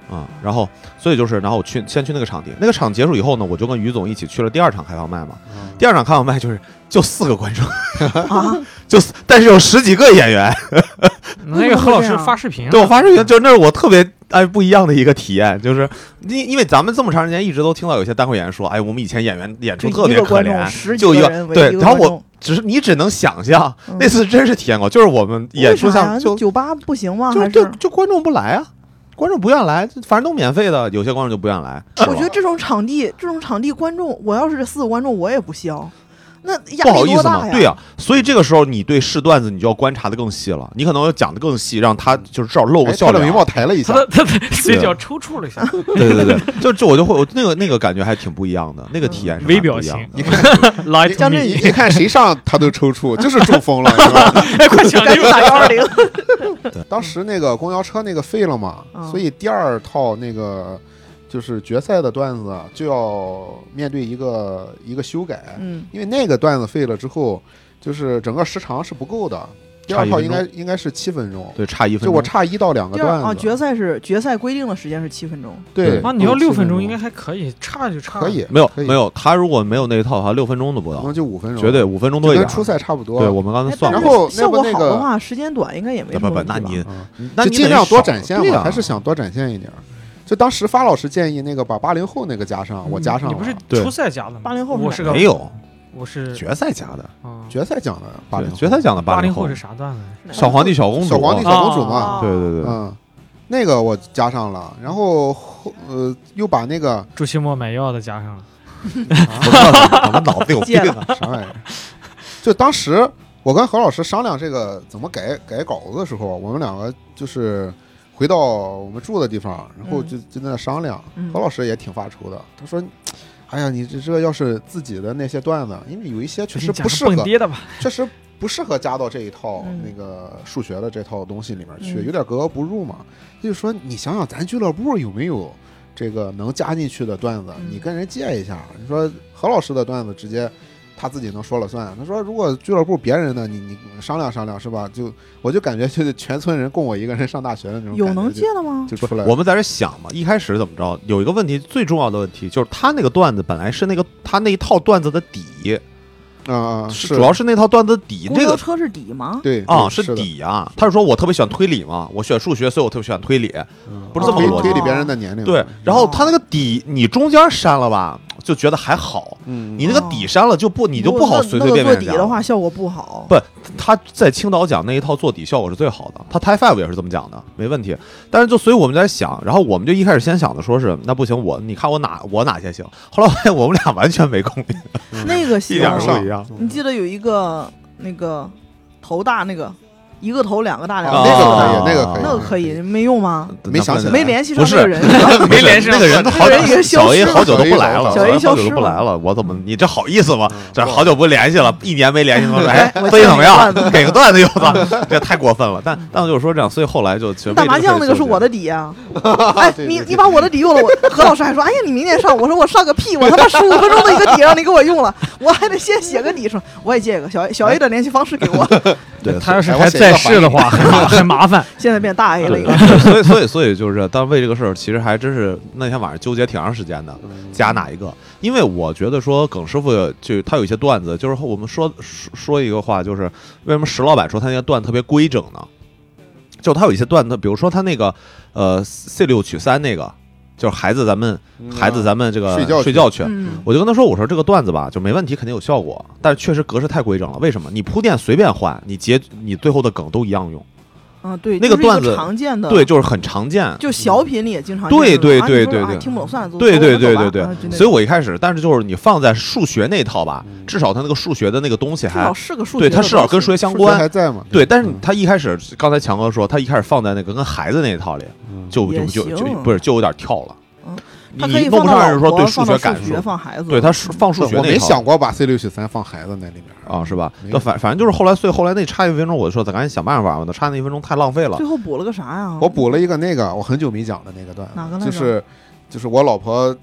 然后所以就是，然后我先去那个场地，那个场结束以后呢，我就跟于总一起去了第2场开放麦嘛。第2场开放麦就4个观众但是有10几个演员。 那个何老师发视频， 对我发视频，就是那是我特别不一样的一个体验，就是因为咱们这么长时间一直都听到有些单口演员说，我们以前演员演出特别可怜，就一个对，然后我你只能想象，那次真是体验过，就是我们演出像酒吧不行吗？ 就观众不来啊。观众不愿来，反正都免费的，有些观众就不愿来。 我觉得这种场地观众，我要是这4个观众，我也不消，那压不好意思嘛。 对呀，所以这个时候你对试段子你就要观察的更细了，你可能要讲的更细，让他就是至少露个笑脸。 他的眉毛抬了一下， 他嘴角抽搐了一下。 对，就我就会那个感觉还挺不一样的，那个体验是微表情。 你看，你看谁上他都抽搐，就是中风了，是吧？ 快抢紧打120。 对，当时那个公交车那个废了嘛，所以第2套那个就是决赛的段子就要面对一个修改，因为那个段子废了之后，就是整个时长是不够的。第2套应该是7分钟， 对，差1分钟， 就我差1到2个段子。决赛规定的时间是7分钟， 对。 你要6分钟应该还可以，差就差。 可以， 没有，他如果没有那一套的话，6分钟都不到， 就5分钟， 绝对5分钟多一点， 跟初赛差不多。 对，我们刚才算过。然后效果好的话，时间短应该也没什么问题。 那你尽量多展现嘛，还是想多展现一点。就当时发老师建议那个把80后那个加上，我加上了。 你不是初赛加的吗 ？80后我是没有。 我是决赛加的， 决赛讲的80后， 决赛讲的 80后是啥段子？ 小皇帝小公主嘛，对， 那个我加上了，然后又把那个朱期末买药的加上了。 我们脑子有病啊， 啥玩意儿？就当时我跟何老师商量这个怎么改稿子的时候，我们2个就是回到我们住的地方，然后就在那商量。何老师也挺发愁的，他说。哎呀，你这个要是自己的那些段子，因为有一些确实不适合，确实不适合加到这一套那个数学的这套东西里面去，有点格格不入嘛。就说你想想，咱俱乐部有没有这个能加进去的段子？你跟人借一下。你说何老师的段子直接他自己能说了算。他说如果俱乐部别人的，你商量商量是吧？我就感觉就是全村人供我一个人上大学的那种感觉。 有能借的吗？ 就出来。 我们在这想嘛，一开始怎么着？有一个问题，最重要的问题就是他那个段子本来是他那一套段子的底。主要是那套段子底，这个车是底吗？ 对是底啊。他是说我特别喜欢推理嘛，我选数学，所以我特别喜欢推理，不是这么逻辑。 推理别人的年龄。 对，然后他那个底你中间删了吧，就觉得还好。你那个底删了你就不好随随便便讲。 做底的话效果不好。 不，他在青岛讲那一套做底效果是最好的，他 Type 5也是这么讲的，没问题。但是所以我们在想，然后我们就一开始先想的说是那不行，你看我哪些行，后来发现我们俩完全没共鸣， 那个一点不一样。 你记得有一个那个头大那个一个头两个大两个那个可以没用吗？ 没想起来， 没联系上那个人， 没联系上那个人，小 A 好久都不来了， 小 A 好久都不来了，我怎么你这好意思吗？这好久不联系了，1年没联系了，哎，分析怎么样？给个段子有的，这太过分了。但我就是说这样，所以后来就打麻将那个是我的底啊！哎，你把我的底用了，何老师还说，哎呀，你明天上，我说我上个屁，我他妈15分钟的一个底让你给我用了，我还得先写个底，说我也借一个小 A 的联系方式给我。 对， 他要是还在世的话，很麻烦。 现在变大 A 了一个。 所以就是，但为这个事儿，其实还真是那天晚上纠结挺长时间的，加哪一个？因为我觉得说耿师傅就他有一些段子，就是我们说一个话，就是为什么石老板说他那些段特别规整呢？就他有一些段子，比如说他那个C6取3那个。就是孩子咱们这个睡觉去，我就跟他说，我说这个段子吧就没问题，肯定有效果，但是确实格式太规整了。为什么？你铺垫随便换，你最后的梗都一样用。 对， 那个段子常见的， 对，就是很常见， 就小品里也经常对， 听不懂算了， 对，所以我一开始，但是就是你放在数学那套吧，至少他那个数学的那个东西还是个数学， 对，他至少跟数学相关， 还在吗？ 对，但是他一开始，刚才强哥说，他一开始放在那个跟孩子那一套里，就不是就有点跳了。你弄不上人说对数学感受， 放孩子， 对他是放数学那套， 我没想过把 C6取3放孩子那里面啊，是吧？那反正就是后来那差1分钟，我就说咱赶紧想办法，我差那1分钟太浪费了。 最后补了个啥呀？ 我补了一个我很久没讲的那个段， 哪个来着？ 就是我老婆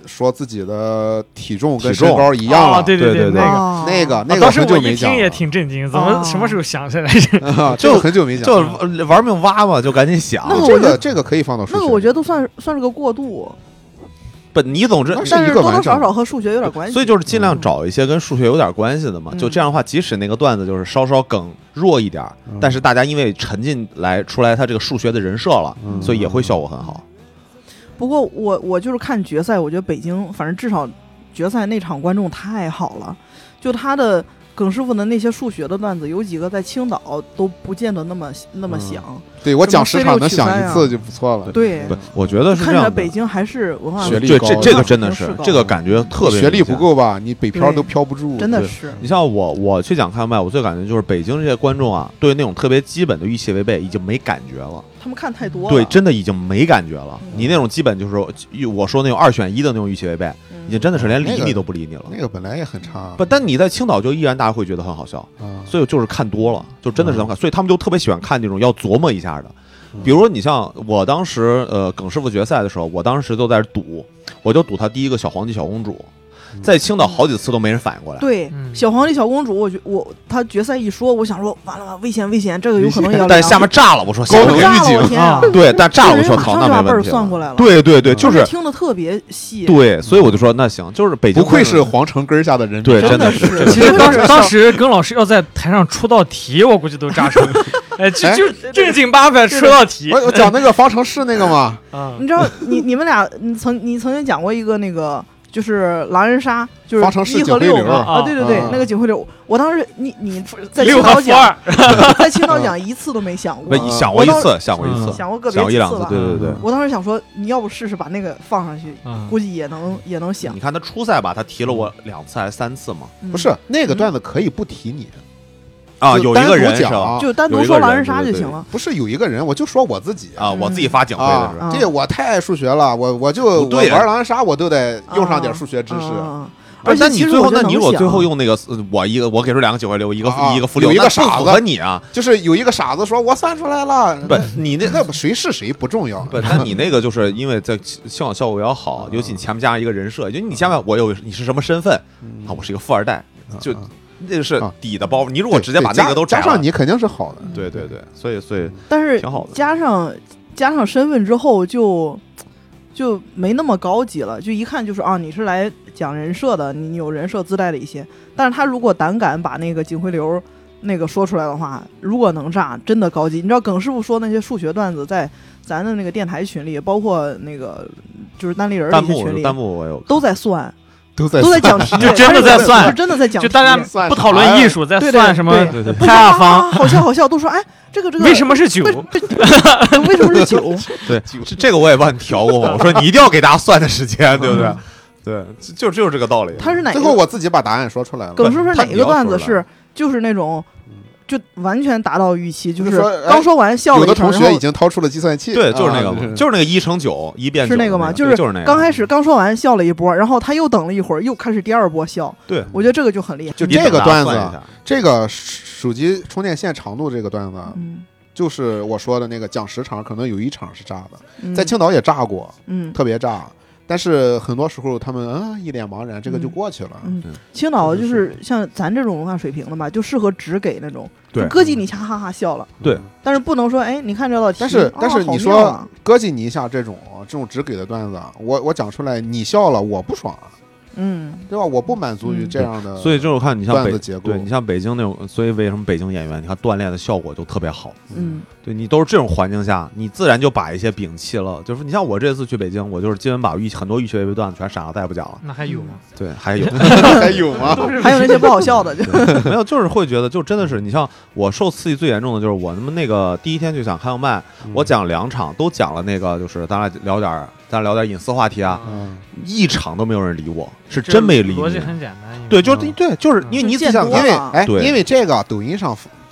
说自己的体重跟身高一样了， 对， 那个当时我一很久没讲听也挺震惊，怎么什么时候想起来着？ 就很久没讲， 就玩命挖嘛，就赶紧想。 这个可以放到数学， 那个我觉得都算是个过渡。 不，你总之但是多多少少和数学有点关系， 所以就是尽量找一些跟数学有点关系的嘛。就这样的话，即使那个段子就是稍稍梗弱一点，但是大家因为沉浸出来他这个数学的人设了，所以也会效果很好。 不过我就是看决赛，我觉得北京反正至少决赛那场观众太好了，就他的耿师傅的那些数学的段子，有几个在青岛都不见得那么响。 对，我讲10场能想一次就不错了。 对， 我觉得是这样的。 看着北京还是文化学历高， 这个真的是这个感觉特别。 学历不够吧，你北漂都飘不住。 真的是。 你像我去讲开放麦，我最感觉就是北京这些观众啊，对那种特别基本的预期违背已经没感觉了。 他们看太多了。 对，真的已经没感觉了。你那种基本就是我说那种2选1的那种预期违背，已经真的是连理你都不理你了。 那个本来也很差。 不，但你在青岛就依然大家会觉得很好笑，所以就是看多了，就真的是能看，所以他们就特别喜欢看那种要琢磨一下的。比如说你像我当时耿师傅决赛的时候，我当时就在这赌，我就赌他第一个小皇帝小公主，在青岛好几次都没人反应过来。 对，小皇帝小公主，他决赛一说，我想说完了危险，这个有可能要。 但下面炸了，我说高能预警啊！对，但炸了，我说操，那没问题。 算过来了。 对，就是听得特别细。 对，所以我就说那行，就是北京不愧是皇城根下的人， 对，真的是。 其实当时耿老师要在台上出道题，我估计都炸成。就正经八百出道题。 我讲那个方程式那个嘛， 你知道你们俩你曾经讲过一个那个。就是狼人杀，就是1和6啊，对，那个警徽流，我当时你在青岛讲，在青岛讲一次都没想过， 想过一次，想过个别 1-2次，对。 我当时想说，你要不试试把那个放上去，估计也能想。 你看他初赛吧，他提了我2次还是3次嘛？ 不是那个段子可以不提你。 啊，有一个人讲， 就单独说狼人杀就行了。 不是有一个人，我就说我自己啊，我自己发警徽的是。 这我太爱数学了，我就玩狼人杀，我都得用上点数学知识。 而且你最后，那你如果最后用那个我给出2个警徽流，一个负6， 有一个傻子和你啊， 就是有一个傻子说我算出来了。 不，你那谁是谁不重要。 不，但你那个就是因为在效果要好，尤其你前面加上一个人设，就你前面你是什么身份啊？我是一个富二代，就。那是底的包，你如果直接把那个都加上，你肯定是好的。 对，所以但是挺好的。 加上身份之后就没那么高级了，就一看就是你是来讲人设的，你有人设自带的一些。但是他如果胆敢把那个警徽流那个说出来的话，如果能炸，真的高级。你知道耿师傅说那些数学段子在咱的那个电台群里，包括那个就是单立人那些群里， 弹幕我有都在算。 都在讲题， 就真的在算， 是真的在讲题， 就大家不讨论艺术，在算什么派下方，好笑，都说这个为什么是9？ 为什么是9？ 对，这个我也帮你调过嘛，我说你一定要给大家算的时间，对不对？对，就是这个道理。 他是哪？ 最后我自己把答案说出来了。 耿师傅哪个段子就是那种？就完全达到预期，就是刚说完笑了一场， 有的同学已经掏出了计算器， 对，就是那个，就是那个1乘91变9， 是那个吗？ 就是那个。刚开始刚说完笑了一波，然后他又等了一会儿，又开始第2波笑。 对， 我觉得这个就很厉害。 就这个段子，这个手机充电线长度这个段子，就是我说的那个讲10场，可能有1场是炸的，在青岛也炸过，特别炸。但是很多时候他们一脸茫然，这个就过去了。 青岛就是像咱这种文化水平的吧，就适合只给那种歌姬你一下哈哈笑了。 对， 但是不能说你看这道题， 但是你说歌姬你一下这种只给的段子，我讲出来你笑了，我不爽。对吧？我不满足于这样的， 所以就是看你像对你像北京那种，所以为什么北京演员你看锻炼的效果就特别好？对你都是这种环境下，你自然就把一些摒弃了。就是你像我这次去北京，我就是基本把很多预期违背段子全闪了，再也不讲了。 那还有吗？ 对，还有还有吗？ 还有那些不好笑的， 没有，就是会觉得就真的是你像我受刺激最严重的就是我那个第一天就想开放麦，我讲2场都讲了那个就是咱俩聊点隐私话题啊，1场都没有人理我，是真没理我。 逻辑很简单， 对，就是因为你自己想， 因为这个抖音上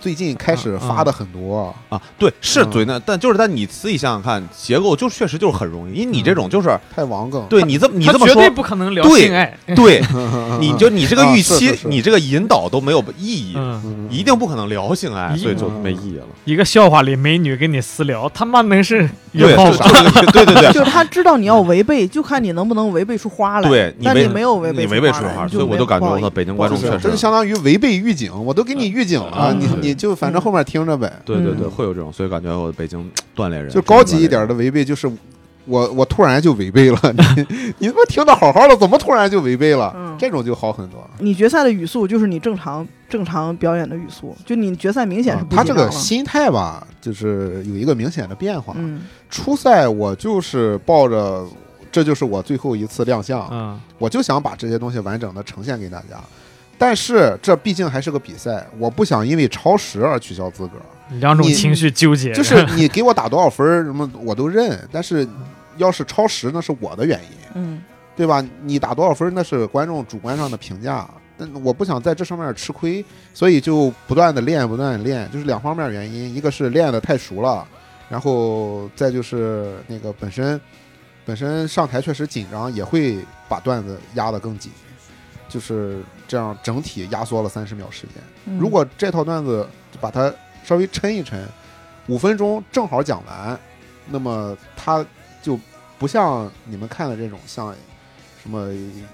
最近开始发的很多对，是嘴那，但你自己想想看，结构就确实就是很容易，因为你这种就是太王梗， 对你这么说， 绝对不可能聊性爱， 对，你这个预期，你这个引导都没有意义，一定不可能聊性爱，所以就没意义了。 一个笑话里美女跟你私聊，他妈能是有对就是他知道你要违背，就看你能不能违背出花来。 对， 但你没有违背出花，所以我就感觉我北京观众确实， 这就相当于违背预警，我都给你预警了，你就反正后面听着呗。 对，会有这种，所以感觉我北京锻炼人就高级一点的违背，就是我突然就违背了，你他妈听得好好的，怎么突然就违背了？这种就好很多。 你决赛的语速就是你正常表演的语速，就你决赛明显是不一样他这个心态吧，就是有一个明显的变化。初赛我就是抱着这就是我最后一次亮相，我就想把这些东西完整的呈现给大家。但是这毕竟还是个比赛，我不想因为超时而取消资格。 两种情绪纠结， 就是你给我打多少分什么我都认，但是要是超时那是我的原因，对吧？你打多少分那是观众主观上的评价，但我不想在这上面吃亏，所以就不断的练，就是两方面原因，一个是练的太熟了，然后再就是那个本身上台确实紧张，也会把段子压得更紧。就是这样，整体压缩了30秒时间。如果这套段子把它稍微抻一抻，5分钟正好讲完，那么它就不像你们看的这种像什么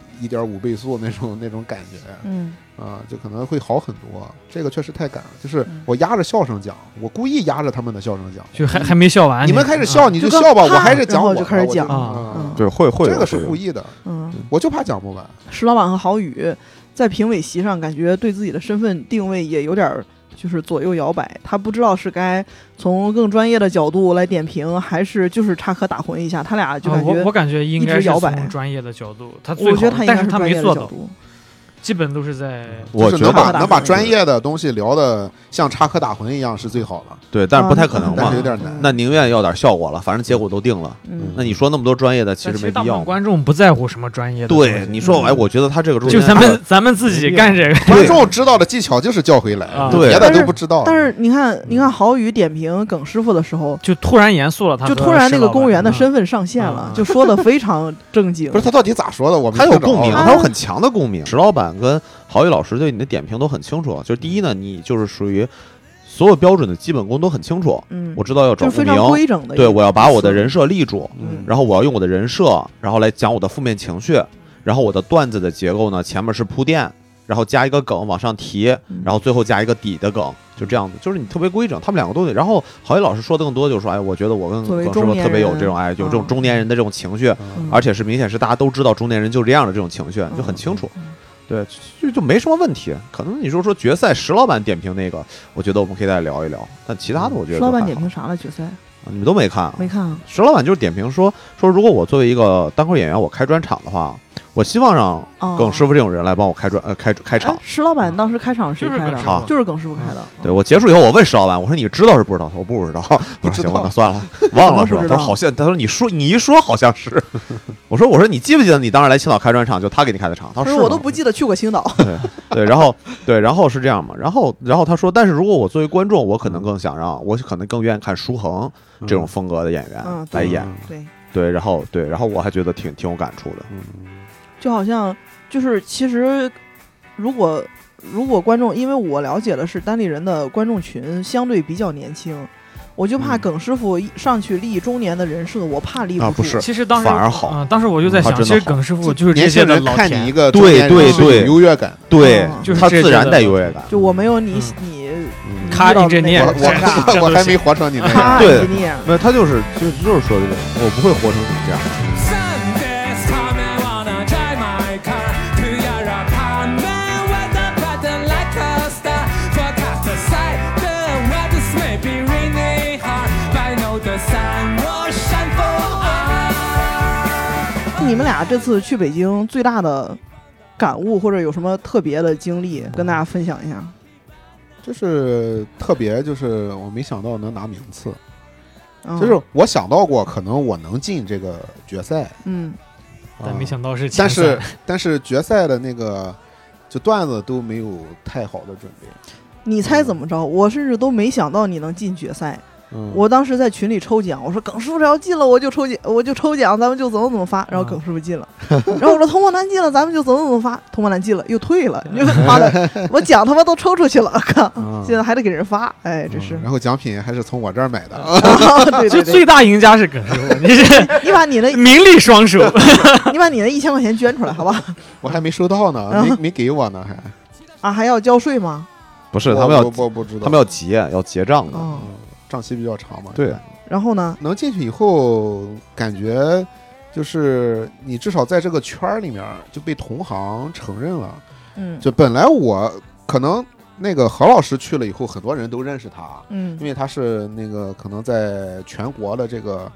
1.5倍速那种感觉，就可能会好很多。这个确实太赶了，就是我压着笑声讲，我故意压着他们的笑声讲， 就还没笑完， 你们开始笑你就笑吧，我还是讲，我就开始讲对，会这个是故意的，我就怕讲不完。 石老板和郝宇在评委席上，感觉对自己的身份定位也有点就是左右摇摆，他不知道是该从更专业的角度来点评，还是就是插科打诨一下。他俩就感觉我感觉应该是从专业的角度，他最好， 我觉得他应该但是他没做到。基本都是在， 我觉得能把专业的东西聊的像插科打诨一样是最好的。 对，但是不太可能嘛， 但是有点难。 那宁愿要点效果了，反正结果都定了。那你说那么多专业的，其实没必要。 观众不在乎什么专业的。 对，你说我觉得他这个就咱们自己干这个， 观众知道的技巧就是叫回来， 对， 别的都不知道。 但是你看郝宇点评耿师傅的时候， 就突然严肃了， 就突然那个公务员的身份上线了，就说的非常正经。 不是他到底咋说的？ 他有共鸣，他有很强的共鸣。石老板跟郝宇老师对你的点评都很清楚，就是第一呢，你就是属于所有标准的基本功都很清楚，我知道要找共鸣，对，我要把我的人设立住，然后我要用我的人设，然后来讲我的负面情绪，然后我的段子的结构呢，前面是铺垫，然后加一个梗往上提，然后最后加一个底的梗，就这样子，就是你特别规整，他们两个都得。然后郝宇老师说的更多就是说，我觉得我跟耿师傅特别有这种有这种中年人的这种情绪，而且是明显是大家都知道中年人就这样的这种情绪，就很清楚。对，就没什么问题。可能你说决赛石老板点评那个，我觉得我们可以再聊一聊。但其他的，我觉得石老板点评啥了？决赛你们都没看？ 没看啊。 石老板就是点评说，如果我作为一个单口演员，我开专场的话，我希望让耿师傅这种人来帮我开场。 石老板当时开场谁开的？就是耿师傅开的。 对，我结束以后，我问石老板，我说你知道是不知道？我不知道。不行，那算了，忘了是吧？他说好像，他说你一说好像是。我说你记不记得你当时来青岛开专场，就他给你开的场？他说我都不记得去过青岛。 对，然后是这样嘛？然后他说，但是如果我作为观众，我可能更想让我可能更愿意看舒恒这种风格的演员来演。对，然后我还觉得挺有感触的。 就好像就是其实如果观众，因为我了解的是单立人的观众群相对比较年轻，我就怕耿师傅上去立中年的人设，我怕立不住。 不是， 其实当时反而好。 当时我就在想，其实耿师傅就是这些的老看你一个对有优越感， 对，就是他自然带优越感。 就我没有你咔一这念， 我还没活成你那样。对，没有他就是说这个，我不会活成你这样。 你们俩这次去北京最大的感悟或者有什么特别的经历跟大家分享一下？ 就是特别，就是我没想到能拿名次，就是我想到过可能我能进这个决赛， 但没想到是前三。但是决赛的那个就段子都没有太好的准备。 你猜怎么着？我甚至都没想到你能进决赛。我当时在群里抽奖，我说耿师傅只要进了我就抽奖，咱们就怎么发。然后耿师傅进了，然后我说童漠男进了，咱们就怎么发。童漠男进了又退了，你就妈的，我奖他妈都抽出去了，靠！现在还得给人发，哎，这是。 然后奖品还是从我这儿买的， 对， 就最大赢家是耿师傅， 你把你的名利双收， 你把你的1000块钱捐出来，好吧？ 我还没收到呢，没给我呢， 还要交税吗？ 不是，他们不知道， 他们要结账的。 账期比较长嘛， 对。 然后呢？ 能进去以后，感觉就是你至少在这个圈里面就被同行承认了。就本来我可能那个何老师去了以后，很多人都认识他，因为他是那个可能在全国的这个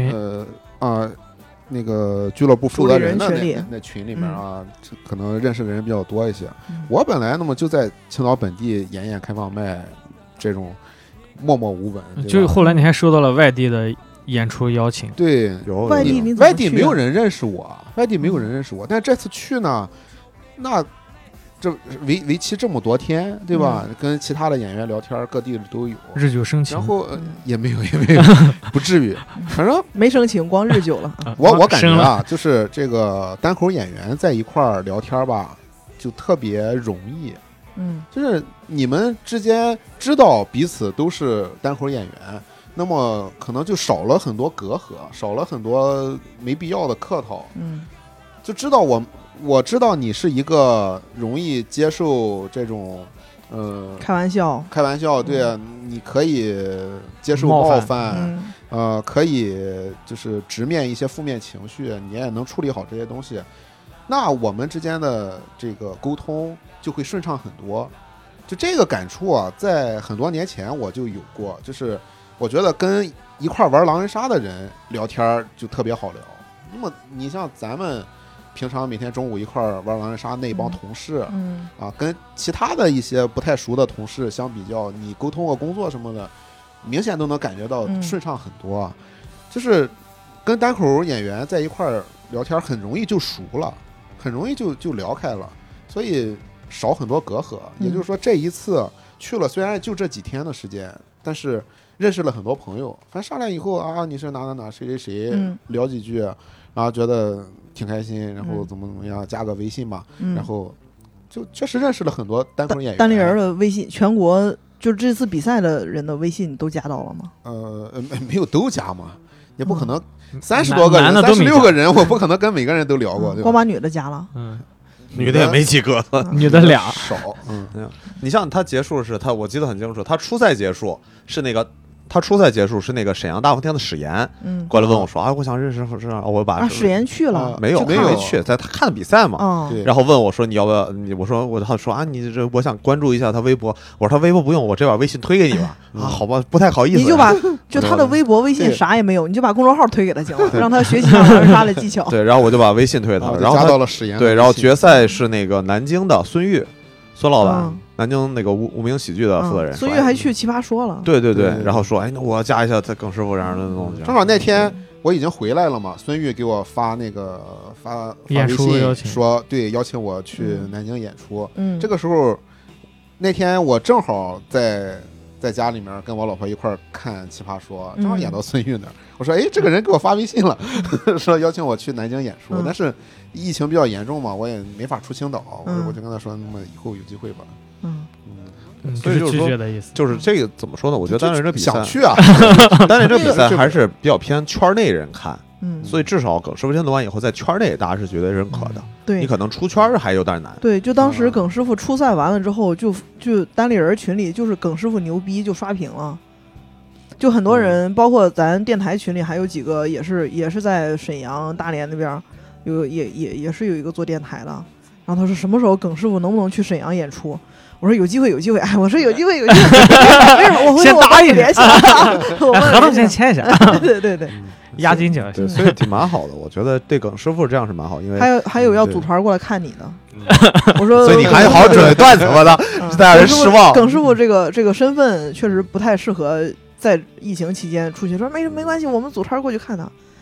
那个俱乐部负责人的那群里面啊，可能认识的人比较多一些。我本来那么就在青岛本地演开放麦这种。默默无闻， 就后来你还收到了外地的演出邀请， 对， 外地没有人认识我，但这次去呢，那这为期这么多天，对吧？跟其他的演员聊天，各地都有， 日久生情， 然后也没有，不至于，反正没生情，光日久了。 我感觉啊，就是这个单口演员在一块儿聊天吧，就特别容易。就是你们之间知道彼此都是单口演员，那么可能就少了很多隔阂，少了很多没必要的客套。就知道我知道你是一个容易接受这种开玩笑， 对啊，你可以接受冒犯，可以就是直面一些负面情绪，你也能处理好这些东西。那我们之间的这个沟通就会顺畅很多。就这个感触啊，在很多年前我就有过，就是我觉得跟一块玩狼人杀的人聊天就特别好聊。那么你像咱们平常每天中午一块玩狼人杀那帮同事，跟其他的一些不太熟的同事相比较，你沟通工作什么的，明显都能感觉到顺畅很多。就是跟单口演员在一块聊天很容易就熟了，很容易就聊开了，所以少很多隔阂。也就是说这一次去了，虽然就这几天的时间，但是认识了很多朋友。反正上来以后啊，你是哪谁聊几句啊，觉得挺开心，然后怎么样，加个微信吧，然后就确实认识了很多单口演员。 单立人的微信，全国就这次比赛的人的微信都加到了吗？ 没有都加嘛，也不可能30多个人，36个人，我不可能跟每个人都聊过，对吧？ 光把女的加了， 女的也没几个， 女的俩少。 你像他结束是我记得很清楚，他初赛结束是那个沈阳大风天的史岩，过来问我说我想认识我把史岩去了， 没去，他看比赛嘛，然后问我说你要不要我说他说你这我想关注一下他微博，我说他微博不用，我这把微信推给你吧。好吧，不太好意思， 你就把他的微博微信啥也没有，你就把公众号推给他行了，让他学习狼人杀的技巧。 对，然后我就把微信推给他，然后加到了史岩。 对，然后决赛是那个南京的孙老板，南京那个无名喜剧的负责人， 孙玉还去奇葩说了。 对，然后说那我要加一下他耿师傅这样的东西。 正好那天我已经回来了嘛，孙玉给我发微信说对，邀请我去南京演出。这个时候那天我正好在家里面跟我老婆一块看奇葩说，正好演到孙玉那儿。我说这个人给我发微信了，说邀请我去南京演出，但是疫情比较严重嘛，我也没法出青岛，我就跟他说那么以后有机会吧。 所以就是拒绝的意思。 就是这个怎么说呢？我觉得单立人这比赛想去啊， 单立人这比赛还是比较偏圈内人看，所以至少耿师傅先录完以后，在圈内大家是绝对认可的。 对， 你可能出圈还有点难。 对，就当时耿师傅初赛完了之后，就单立人群里就是耿师傅牛逼就刷屏了，就很多人，包括咱电台群里还有几个也是在沈阳、大连那边也是有一个做电台的，然后他说什么时候耿师傅能不能去沈阳演出？我说有机会，我说有机会，我先答应联系， 合同先签一下。 对， 押金奖， 对，所以挺蛮好的。我觉得这耿师傅这样是蛮好，因为还有要组团过来看你的。我说， 所以你还好好准备段子么的，大家人失望。 耿师傅这个身份确实不太适合在疫情期间出去，说没关系，我们组团过去看他。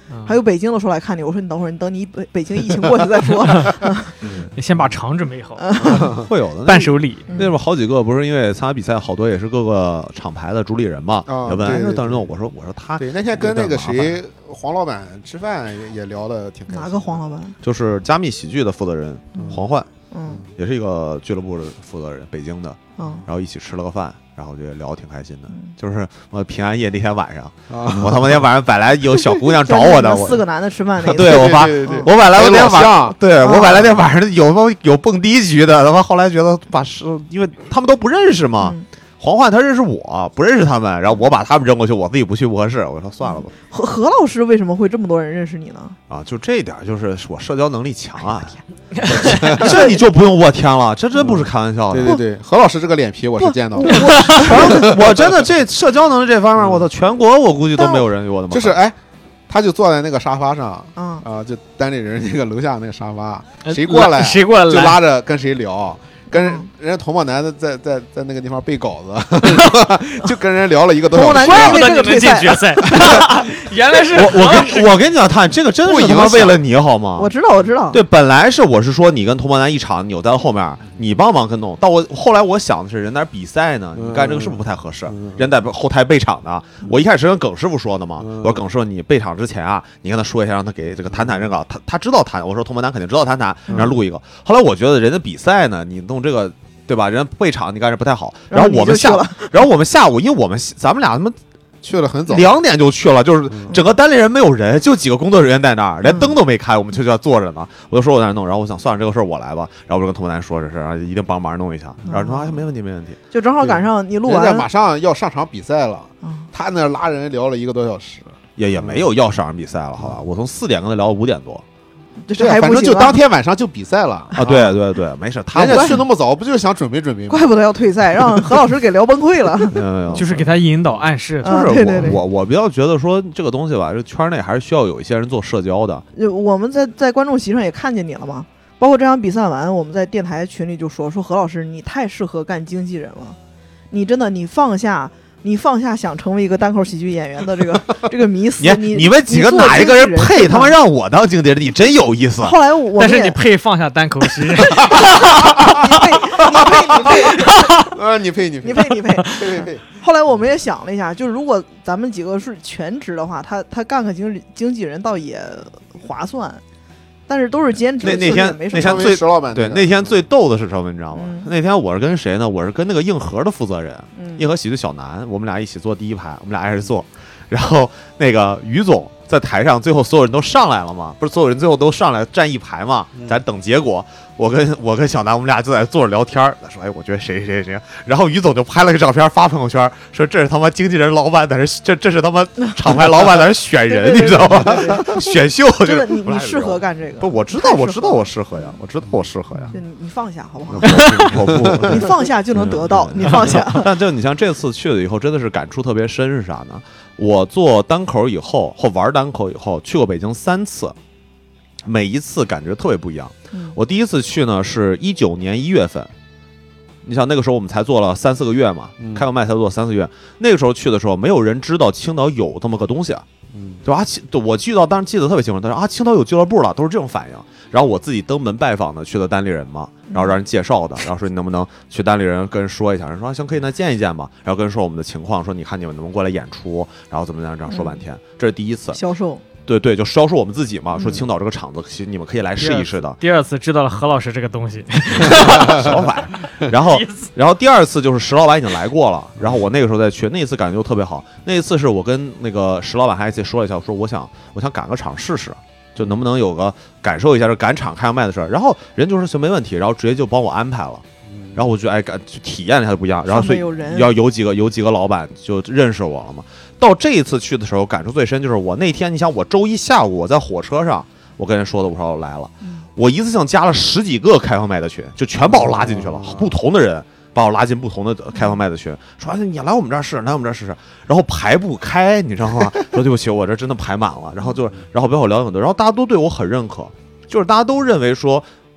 还有北京的说来看你，我说你等会儿，你等你北京疫情过去再说。 你先把场准备好， 会有的伴手礼。 那时候好几个不是因为参加比赛，好多也是各个厂牌的主理人嘛。要不然等着我说他对那天跟那个谁黄老板吃饭也聊得挺开心。 哪个黄老板？ 就是加密喜剧的负责人黄焕， 也是一个俱乐部的负责人，北京的。然后一起吃了个饭，然后就聊得挺开心的。就是我平安夜那天晚上，我他妈那天晚上本来有小姑娘找我的，我 4个男的吃饭那个。 对，我本来那天晚上，对我本来那晚上有蹦迪局的，他妈后来觉得因为他们都不认识嘛。黄焕他认识我，不认识他们，然后我把他们扔过去，我自己不去不合适，我说算了吧。 何老师为什么会这么多人认识你呢？ 啊，就这一点，就是我社交能力强啊，这你就不用我天了，这真不是开玩笑的。 对，何老师这个脸皮我是见到的， 我真的这社交能力这方面，我操，全国我估计都没有人有我的。 就是他就坐在那个沙发上，就单立人那个楼下那个沙发，谁过来就拉着跟谁聊。跟人家童宝男在那个地方背稿子，就跟人聊了1个多小时。 怪不得你们进决赛，原来是我跟你讲，他这个真是他妈为了你好吗？ 我知道。 对，本来我是说你跟童宝男一场，你在后面，你帮忙跟弄。到后来我想的是，人在比赛呢，你干这个是不是不太合适？人在后台备场的。我一开始跟耿师傅说的嘛，我说耿师傅，你备场之前啊，你跟他说一下，让他给这个谈这个，他知道谈。我说童宝男肯定知道谈，让他录一个。后来我觉得人家比赛呢，你弄这个。对吧？人家备场你干这不太好。然后我们下午，因为咱们俩他妈去了很早 ，2点就去了，就是整个单立人没有人，就几个工作人员在那儿，连灯都没开，我们就在坐着呢。我就说我在那弄，然后我想算了这个事儿我来吧，然后我就跟童宝男说这事，然后一定帮忙弄一下。然后说没问题。 就正好赶上你录完， 人家马上要上场比赛了，他那拉人聊了1个多小时， 也没有要上场比赛了，好吧？我从4点跟他聊到5点多。 这还反正就当天晚上就比赛了啊！对，没事， 人家去那么早，不就是想准备吗？ 怪不得要退赛，让何老师给聊崩溃了。 就是给他引导暗示。 就是我比较觉得说这个东西吧，这圈内还是需要有一些人做社交的。 我们在观众席上也看见你了嘛，包括这场比赛完，我们在电台群里就说何老师，你太适合干经纪人了，你真的你放下想成为一个单口喜剧演员的这个迷思， 你们几个哪一个人配他妈让我当经纪人？你真有意思。 后来但是你配放下单口喜剧， 你配。 后来我们也想了一下，就是如果咱们几个是全职的话，他干个经纪人倒也划算。但是都是兼职。 那天最石老板对那天最逗的是什么，你知道吗？那天我是跟谁呢？我是跟那个硬核的负责人，硬核喜剧小南，我们俩一起坐第一排，我们俩挨着坐。然后那个于总在台上，最后所有人都上来了嘛，不是所有人最后都上来站一排嘛，咱等结果。我跟小南，我们俩就在坐着聊天，他说：“哎，我觉得谁。”然后于总就拍了个照片发朋友圈，说这是他妈经纪人老板在这是他妈厂牌老板在选人，你知道吗？选秀， 真的，你适合干这个。 不，我知道我适合呀， 你放下好不好？ 我不， 你放下就能得到，你放下。 但就你像这次去了以后，真的是感触特别深，是啥呢？我做单口以后或玩单口以后，去过北京3次。每一次感觉特别不一样。我第一次去呢是19年1月份，你想那个时候我们才做了3-4个月嘛，开个麦才做3-4个月。那个时候去的时候，没有人知道青岛有这么个东西啊，对吧？我当时记得特别清楚，他说啊，青岛有俱乐部了，都是这种反应。然后我自己登门拜访的，去了单立人嘛，然后让人介绍的，然后说你能不能去单立人跟人说一下，人说行可以，那见一见吧。然后跟人说我们的情况，说你看你们能不能过来演出，然后怎么样，这样说半天。这是第一次销售。 对，就销售我们自己嘛，说青岛这个场子，其实你们可以来试一试的。 第二次知道了何老师这个东西， 小反。然后第二次就是石老板已经来过了，然后我那个时候再去，那一次感觉就特别好。那一次是我跟那个石老板还一起说了一下，说我想赶个场试试，就能不能有个感受一下这赶场开麦的事儿。然后人就说行没问题，然后直接就帮我安排了。然后我就就体验了一下就不一样，然后所以要有几个老板就认识我了嘛。到这一次去的时候，感触最深就是我那天，你想我周一下午我在火车上，我跟人说的，我说我来了，我一次性加了10几个开放麦的群，就全把我拉进去了，不同的人把我拉进不同的开放麦的群，说你来我们这儿试，来我们这儿试试，然后排不开，你知道吗？说对不起，我这真的排满了，然后不要我聊很多，然后大家都对我很认可，就是大家都认为说。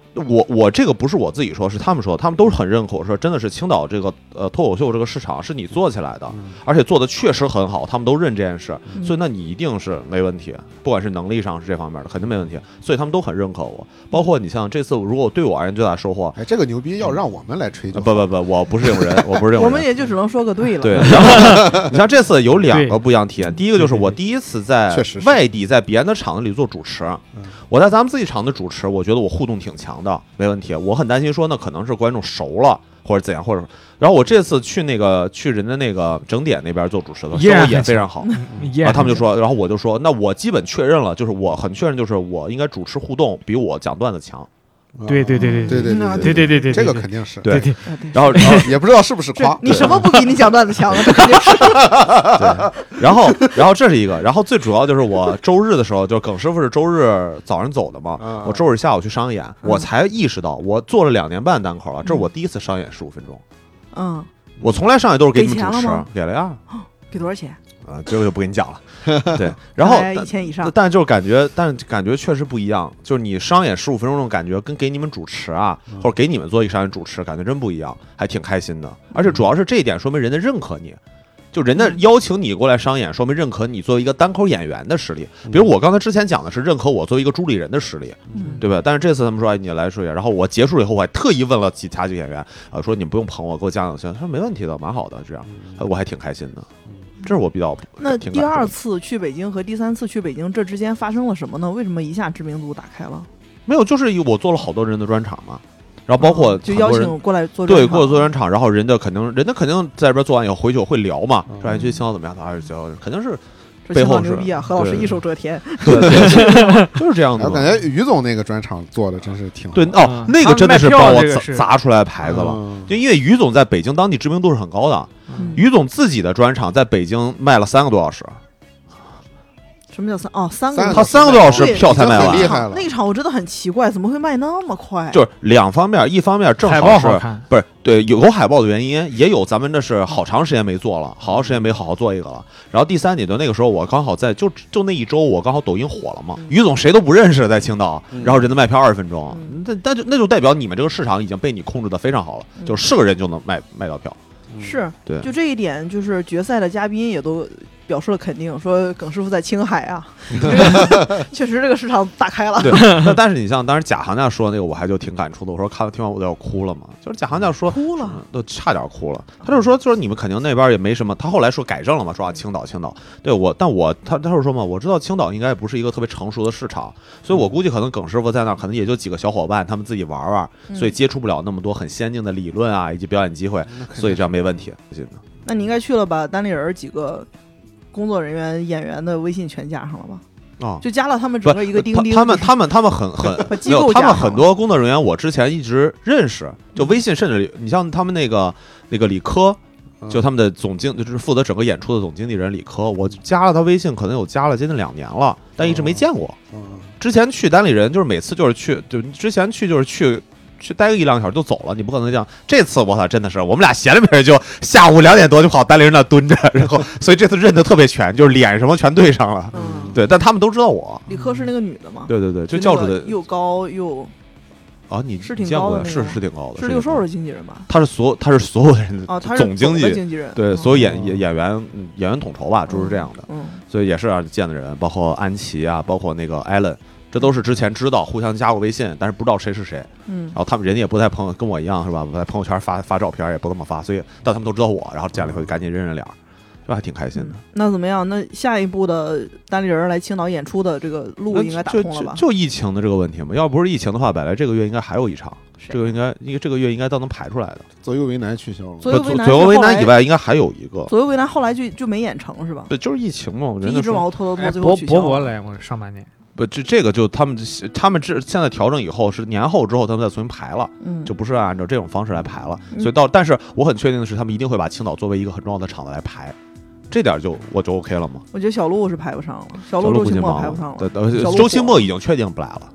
我这个不是我自己说，是他们说，他们都是很认可我说，真的是青岛这个脱口秀这个市场是你做起来的，而且做的确实很好，他们都认这件事，所以那你一定是没问题，不管是能力上是这方面的，肯定没问题，所以他们都很认可我。包括你像这次，如果对我而言最大的收获， 这个牛逼要让我们来吹就不，我不是这种人，我不是这种人， 我们也就只能说个对了。 对，然后你像这次有2个不一样体验，第一个就是我第一次在外地在别人的场子里做主持，我在咱们自己场子主持，我觉得我互动挺强的，没问题。我很担心说那可能是观众熟了或者怎样，或者然后我这次去人家那个整点那边做主持的，收获也非常好。然后他们就说，然后我就说，那我基本确认了，就是我很确认，就是我应该主持互动比我讲段子强。 对，这个肯定是对。然后也不知道是不是夸， 你什么不比你讲段子强啊？这肯定是。 对。然后这是一个，然后最主要就是我周日的时候，就是耿师傅是周日早上走的嘛，我周日下午去商演，我才意识到我做了2年半单口了，这是我第一次商演15分钟。我从来上演都是给你们主持，给了呀。 给多少钱？ 这个就不跟你讲了。对，然后 1000以上， 但就是感觉确实不一样，就是你商演15分钟的感觉，跟给你们主持啊，或者给你们做一个商演主持，感觉真不一样，还挺开心的。而且主要是这一点，说明人家认可你，就人家邀请你过来商演，说明认可你作为一个单口演员的实力。比如我刚才之前讲的是认可我作为一个主理人的实力，对吧？但是这次他们说，你来说一下，然后我结束了以后，我还特意问了其他几个演员说你们不用捧我，给我讲行。他说没问题的，蛮好的，这样我还挺开心的。这是我比较那第2次去北京和第3次去北京，这之间发生了什么呢？为什么一下知名度打开了？ 没有，就是我做了好多人的专场嘛，然后包括就邀请过来做专场， 对，过来做专场，然后人家肯定在这边做完以后回去会聊嘛，说觉得青岛怎么样？他肯定是背后是牛逼啊，何老师一手遮天， 对，就是这样的。 我感觉于总那个专场做的真是挺好对哦，那个真的是帮我砸出来牌子了，就因为于总在北京当地知名度是很高的。于总自己的专场在北京卖了3个多小时。 什么叫3个？ 他3个多小时票才卖完， 厉害了。 那场我真的很奇怪，怎么会卖那么快？ 就是2方面，一方面正好是不是对有海报的原因，也有咱们这是好长时间没做了，好长时间没好好做一个了。然后第3点就那个时候我刚好在就那一周我刚好抖音火了嘛，于总谁都不认识在青岛，然后人家卖票20分钟，那就代表你们这个市场已经被你控制的非常好了，就是个人就能卖到票。 是， 对， 就这一点，就是决赛的嘉宾也都表示了肯定，说耿师傅在青海啊，确实这个市场打开了。 对，但是你像当时贾行家说那个，我还就挺感触的。我说听完我都要哭了嘛，就是贾行家说哭了， 都差点哭了。他就说你们肯定那边也没什么。他后来说改正了嘛，说青岛。对他就说嘛，我知道青岛应该不是一个特别成熟的市场，所以我估计可能耿师傅在那儿可能也就几个小伙伴，他们自己玩玩，所以接触不了那么多很先进的理论啊以及表演机会，所以这样没问题。 那你应该去了把单立人几个工作人员、演员的微信全加上了吧？就加了他们整个一个钉钉。 他们很机构他们很多工作人员我之前一直认识，就微信甚至你像他们那个李科，就他们的总经就是负责整个演出的总经纪人李科，我加了他微信，可能有加了接近2年了，但一直没见过。之前去单立人就是每次就是去，就之前去就是去待个1-2个小时就走了，你不可能这样。这次我操，真的是我们俩闲了没事就下午2点多就跑单立人那蹲着，然后所以这次认得特别全，就是脸什么全对上了。对，但他们都知道我。 李科是那个女的吗？ 对，就教主的又高又啊，你是挺高的， 是挺高的， 是六兽的经纪人吧？ 他是所有的人他总经纪人， 对，所有演员统筹吧，就是这样的。所以也是见的人，包括安琪啊，包括那个艾伦。这都是之前知道，互相加过微信，但是不知道谁是谁。然后他们人家也不在跟我一样是吧？我在朋友圈发照片也不怎么发，所以但他们都知道我，然后见了以后就赶紧认脸，这还挺开心的。 那怎么样？那下一步的单立人来青岛演出的这个路应该打通了吧？ 就疫情的这个问题嘛，要不是疫情的话，本来这个月应该还有一场，这个月应该都能排出来的。 左右为难取消了， 左右为难以外，应该还有一个。 左右为难后来就没演成是吧？ 对，就是疫情嘛， 就一直往后拖，最后取消。 博来过上半年。 不，这个就他们现在调整以后是年后之后他们再重新排了，就不是按照这种方式来排了。所以但是我很确定的是，他们一定会把青岛作为一个很重要的场子来排，这点我就 OK 了嘛。 我觉得小鹿是排不上了，小鹿周奇墨排不上了。 周奇墨已经确定不来了，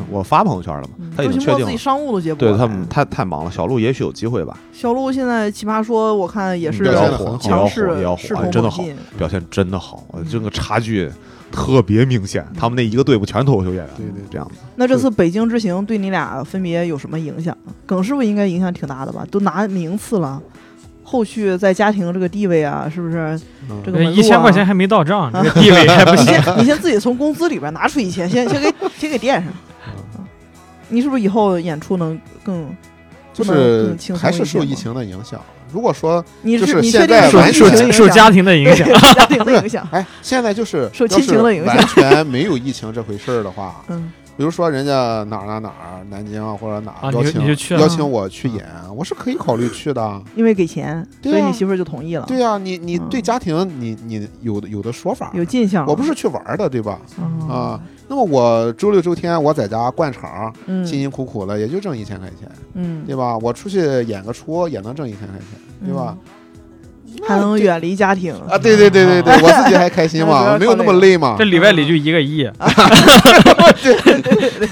我发朋友圈了嘛，他已经确定了。 自己商务都接不对他们太忙了，小鹿也许有机会吧。 小鹿现在奇葩说我看也是强势势头真的好，表现真的好，这个差距特别明显，他们那一个队伍全脱口秀演员， 对， 这样子。 那这次北京之行对你俩分别有什么影响？耿师傅应该影响挺大的吧，都拿名次了。后续在家庭这个地位啊，是不是？这个 1000块钱还没到账，这个地位还不行。 你先自己从工资里边拿出1000，先给垫上。你是不是以后演出能更就是还是受疫情的影响？如果说就是现在受家庭的影响， 家庭的影响。 哎，现在就是受亲情的影响， 完全没有疫情这回事儿的话，比如说人家哪儿南京啊或者哪儿邀请我去演，我是可以考虑去的， 因为给钱，所以你媳妇儿就同意了。 对呀，你对家庭你有的说法， 有进项， 我不是去玩的，对吧？啊，那么我周六周天我在家灌场，辛辛苦苦的也就挣1000块钱，对吧？我出去演个出也能挣1000块钱，对吧？ 还能远离家庭啊！对，我自己还开心嘛，没有那么累嘛。 这里外里就1个亿。 对，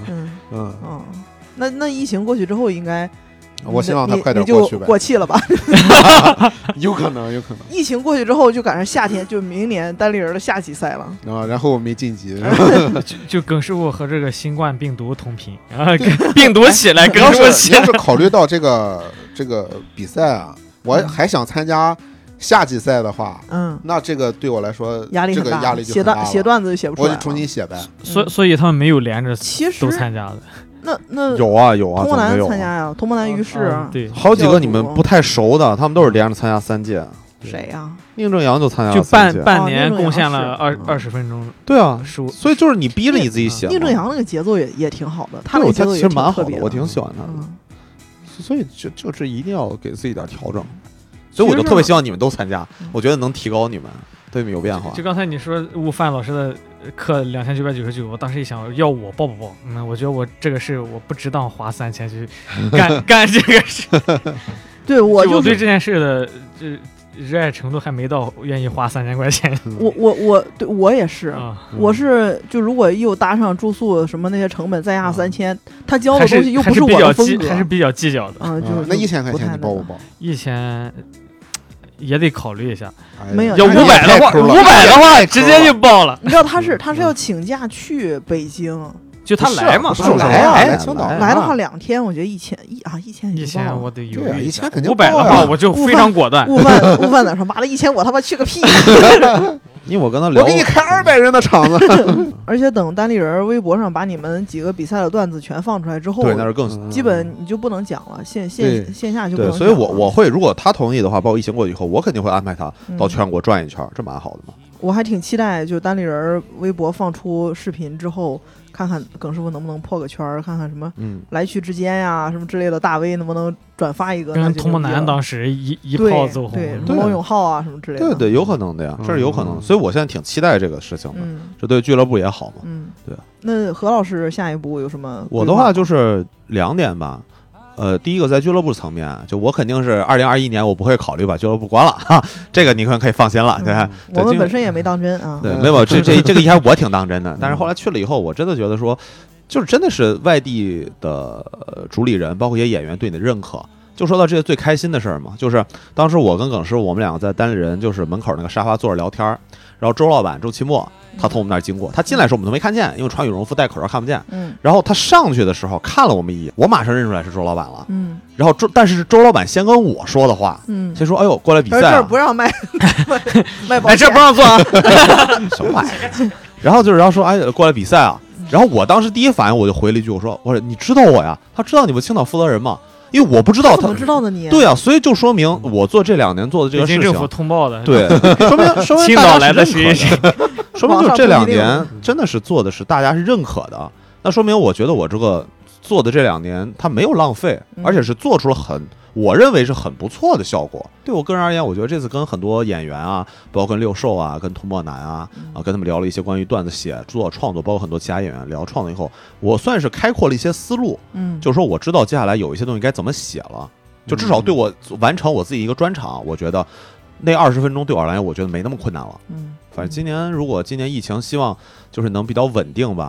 那疫情过去之后，应该我希望它快点过去呗， 过气了吧？ 有可能。 疫情过去之后，就赶上夏天，就明年单立人的夏季赛了啊。然后我没晋级， 就耿师傅和这个新冠病毒同频啊，病毒起来，耿师傅起来。 要是考虑到这个比赛啊。我还想参加夏季赛的话，那这个对我来说压力很大， 这个压力就很大了， 写段子就写不出来， 我就重新写呗。 所以他们没有连着都参加的。 那有啊， 童梦楠参加呀，童梦楠于是对， 好几个你们不太熟的，他们都是连着参加3届。 谁呀？ 宁正阳就参加了3届，就半年贡献了20分钟。 对啊，所以就是你逼着你自己写。 宁正阳那个节奏也挺好的，他那个节奏其实蛮好的， 我挺喜欢他的。所以就是一定要给自己点调整，所以我就特别希望你们都参加，我觉得能提高你们，对你们有变化。 就刚才你说悟饭老师的课2999，我当时一想要我报不报？我觉得我这个事我不值当花3000去干这个事。 对我对这件事的热爱程度还没到愿意花3000块钱。 我也是，我是就如果又搭上住宿什么那些成本再压3000，他教的东西又不是我的风格， 还是比较计较的。 就是那1000块钱你报不报 ？1000也得考虑一下。 没有， 要500的话直接就报了。 你知道他是要请假去北京。 就他来嘛， 来青岛来的话2天，我觉得1000 我得犹豫 ，1000肯定 500的话我就非常果断。 悟饭在说妈的1000我他妈去个屁！ 因为我跟他聊， 我给你开200人的场子。 而且等单立人微博上把你们几个比赛的段子全放出来之后， 对，那是更基本你就不能讲了，线下就不能讲了。 对，所以我会，如果他同意的话，包括疫情过去以后，我肯定会安排他到全国转一圈，这蛮好的嘛。 我还挺期待，就单立人微博放出视频之后，看看耿师傅能不能破个圈，看看什么来去之间呀什么之类的大 V 能不能转发一个。 跟童梦楠当时一炮走红， 对罗永浩啊什么之类的。 对，有可能的呀，这是有可能。所以我现在挺期待这个事情的，这对俱乐部也好嘛。对。 那何老师下一步有什么？ 我的话就是2点吧。第一个在俱乐部层面，就我肯定是2021年我不会考虑把俱乐部关了哈，这个你可以放心了。对， 我们本身也没当真啊。 对，没有这个一开始我挺当真的，但是后来去了以后，我真的觉得说，就是真的是外地的主理人，包括一些演员对你的认可。就说到这些最开心的事儿嘛，就是当时我跟耿师傅我们两个在单立人就是门口那个沙发坐着聊天，然后周老板周奇墨他从我们那儿经过，他进来的时候我们都没看见，因为穿羽绒服戴口罩看不见。然后他上去的时候看了我们一眼，我马上认出来是周老板了。然后但是周老板先跟我说的话，先说：“哎呦，过来比赛啊！” 这儿不让卖保险， 这不让做啊， 什么玩意儿？然后说：“哎，过来比赛啊！”然后我当时第一反应我就回了一句：“我说你知道我呀？他知道你们青岛负责人吗？”因为我不知道他怎么知道的你？ 对啊，所以就说明我做这2年做的这个事情， 政府通报的， 对，说明青岛来的谁， 说明就这2年真的是做的是大家是认可的。那说明我觉得我这个做的这2年，它没有浪费，而且是做出了我认为是很不错的效果。对我个人而言，我觉得这次跟很多演员啊，包括跟六兽啊、跟童漠男啊，跟他们聊了一些关于段子写作、创作，包括很多其他演员聊创作以后，我算是开阔了一些思路。就是说我知道接下来有一些东西该怎么写了，就至少对我完成我自己一个专场，我觉得那20分钟对我而言，我觉得没那么困难了。反正如果今年疫情希望就是能比较稳定吧。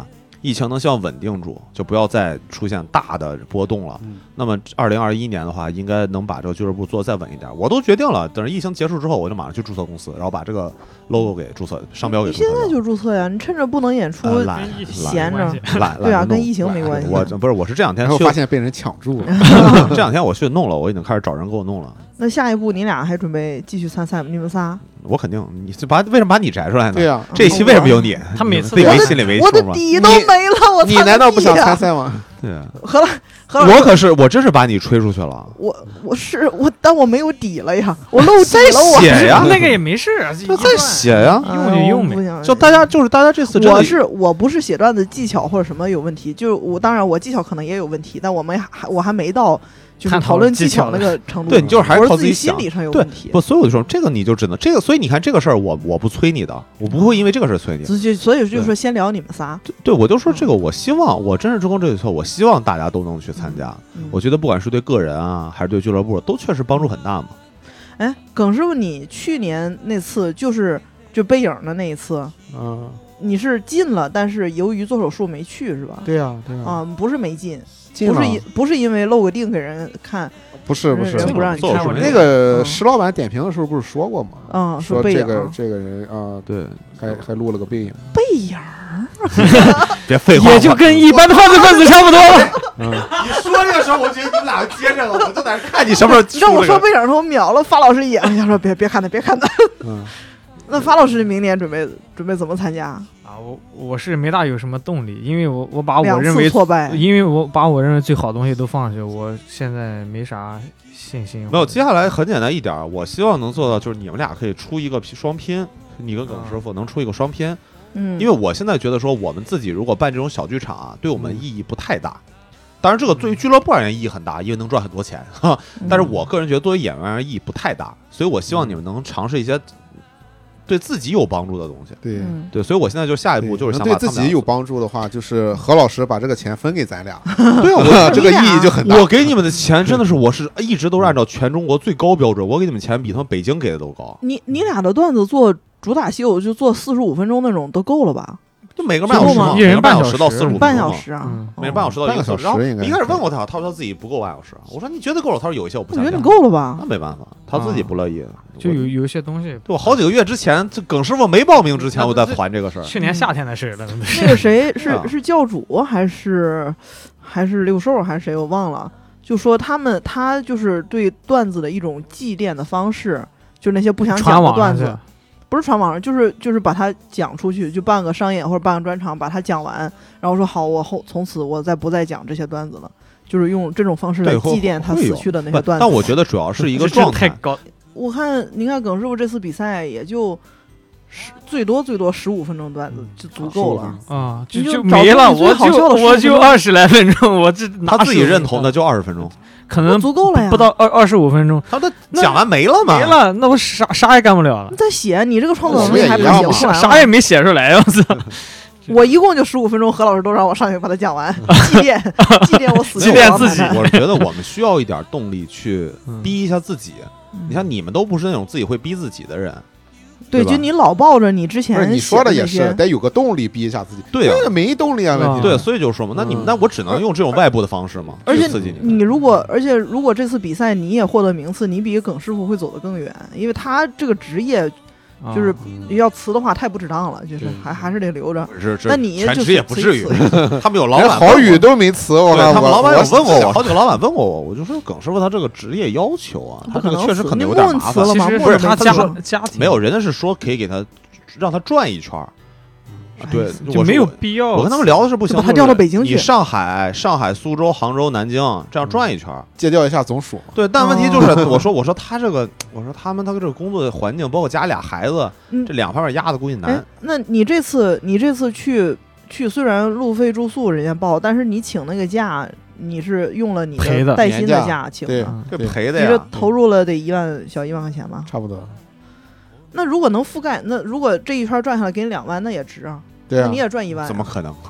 疫情能希望稳定住，就不要再出现大的波动了。那么2021年的话，应该能把这个俱乐部做得再稳一点。我都决定了，等疫情结束之后，我就马上去注册公司，然后把这个 logo 给注册，商标给注册。 你现在就注册呀！你趁着不能演出，闲着懒。 对啊，跟疫情没关系。 我是这两天发现被人抢注了。 这两天我去弄了，我已经开始找人给我弄了。 那下一步你俩还准备继续参赛吗？你们仨？ 我肯定，为什么把你摘出来呢？ 对呀， 这一期为什么有你？ 他每次自己没心里没数吗？ 我的底都没了，我你难道不想参赛吗？ 对啊， 我真是把你吹出去了。 但我没有底了呀，我漏底了。 我写呀， 那个也没事， 就再写呀， 用就用呗。 就大家这次我不是写段子技巧或者什么有问题，就是当然我技巧可能也有问题，但我还没到。就是讨论技巧那个程度， 对你就是还是靠自己心理上有问题。 不，所以我就说这个你就只能这个，所以你看这个事儿，我不催你的，我不会因为这个事儿催你。 所以就是说，先聊你们仨。 对，我就说这个，我希望我真是职工这一侧，我希望大家都能去参加。我觉得不管是对个人啊，还是对俱乐部，都确实帮助很大嘛。 哎，耿师傅，你去年那次就背影的那一次，你是进了，但是由于做手术没去是吧？ 对呀， 不是没进。不是因为露个腚给人看， 不是不让你看。 那个石老板点评的时候不是说过吗？说这个人啊，对，还录了个背影。 背影别废话， 也就跟一般的犯罪分子差不多了。 你说这个时候，我觉得你们俩接着了，我就在这看你什么时候。 让我说背影的时候，我秒了。发老师一眼，他说别看他，别看他。那发老师明年准备怎么参加？ 我是没大有什么动力，因为我把我认为挫败， 因为我把我认为最好的东西都放上去，我现在没啥信心。 没有，接下来很简单一点，我希望能做到就是你们俩可以出一个双拼，你跟耿师傅能出一个双拼。因为我现在觉得说我们自己如果办这种小剧场啊，对我们意义不太大。当然，这个对于俱乐部而言意义很大，因为能赚很多钱。但是我个人觉得作为演员而言意义不太大，所以我希望你们能尝试一些。对自己有帮助的东西，对，所以我现在就下一步就是想把对自己有帮助的话，就是何老师把这个钱分给咱俩， 对啊， 这个意义就很大。 我给你们的钱真的是，我是一直都是按照全中国最高标准，我给你们钱比他们北京给的都高。 你俩的段子做主打秀就做45分钟那种都够了吧？ 就每个半小时嘛， 一人半小时到45， 半小时啊， 每人半小时到1个小时。然后一开始问过他，他说他自己不够半小时。我说你觉得够了？他说有一些我不想。 我觉得你够了吧？ 那没办法，他自己不乐意。 就有一些东西， 对我好几个月之前，这耿师傅没报名之前，我在团这个事儿。 去年夏天的事了。 那个谁是教主还是六兽还是谁我忘了？就说他就是对段子的一种祭奠的方式，就是那些不想讲的段子。不是传网上，就是把它讲出去，就办个商演或者办个专场，把它讲完，然后说好，我从此我不再讲这些段子了，就是用这种方式来祭奠他死去的那些段子。 但我觉得主要是一个状态。 我看您看耿师傅这次比赛也就最多15分钟段子就足够了啊，就没了。我就20来分钟，我这他自己认同的就20分钟。 可能足够了呀， 不到25分钟， 他讲完没了吗？ 没了，那我啥也干不了了。 你再写，你这个创作能力还不写不出来， 啥也没写出来。 我一共就15分钟，何老师都让我上去把它讲完，祭奠我死去。 祭奠自己。 我是觉得我们需要一点动力去逼一下自己。你看，你们都不是那种自己会逼自己的人。 对，就你老抱着你之前你说的也是，得有个动力逼一下自己。 对啊， 没动力啊，问题。 对，所以就说嘛，那我只能用这种外部的方式嘛， 而且刺激你如果这次比赛你也获得名次，你比耿师傅会走得更远，因为他这个职业就是要辞的话太不值当了，就是还是得留着。那你全职也不至于，他们有老板郝宇都没辞我， 他们老板有问过我，好几个老板问过我，我就说耿师傅他这个职业要求啊，他这个确实可能有点麻烦。 其实不是他家庭没有，人家是说可以给他让他转一圈。对， 就没有必要。 我跟他们聊的是不行， 把他调到北京去， 你上海、苏州、杭州、南京这样转一圈， 借调一下总署。 对，但问题就是，我说他这个，我说他这个工作的环境，包括家俩孩子，这两方面压的估计难。 那你这次去，虽然路费住宿人家报，但是你请那个假，你是用了你的带薪的假请的， 这赔的呀。 你这投入了得小1万块钱吧？ 差不多。 那如果能覆盖，那如果这一圈赚下来给你2万，那也值啊。 对啊， 你也赚1万。 怎么可能？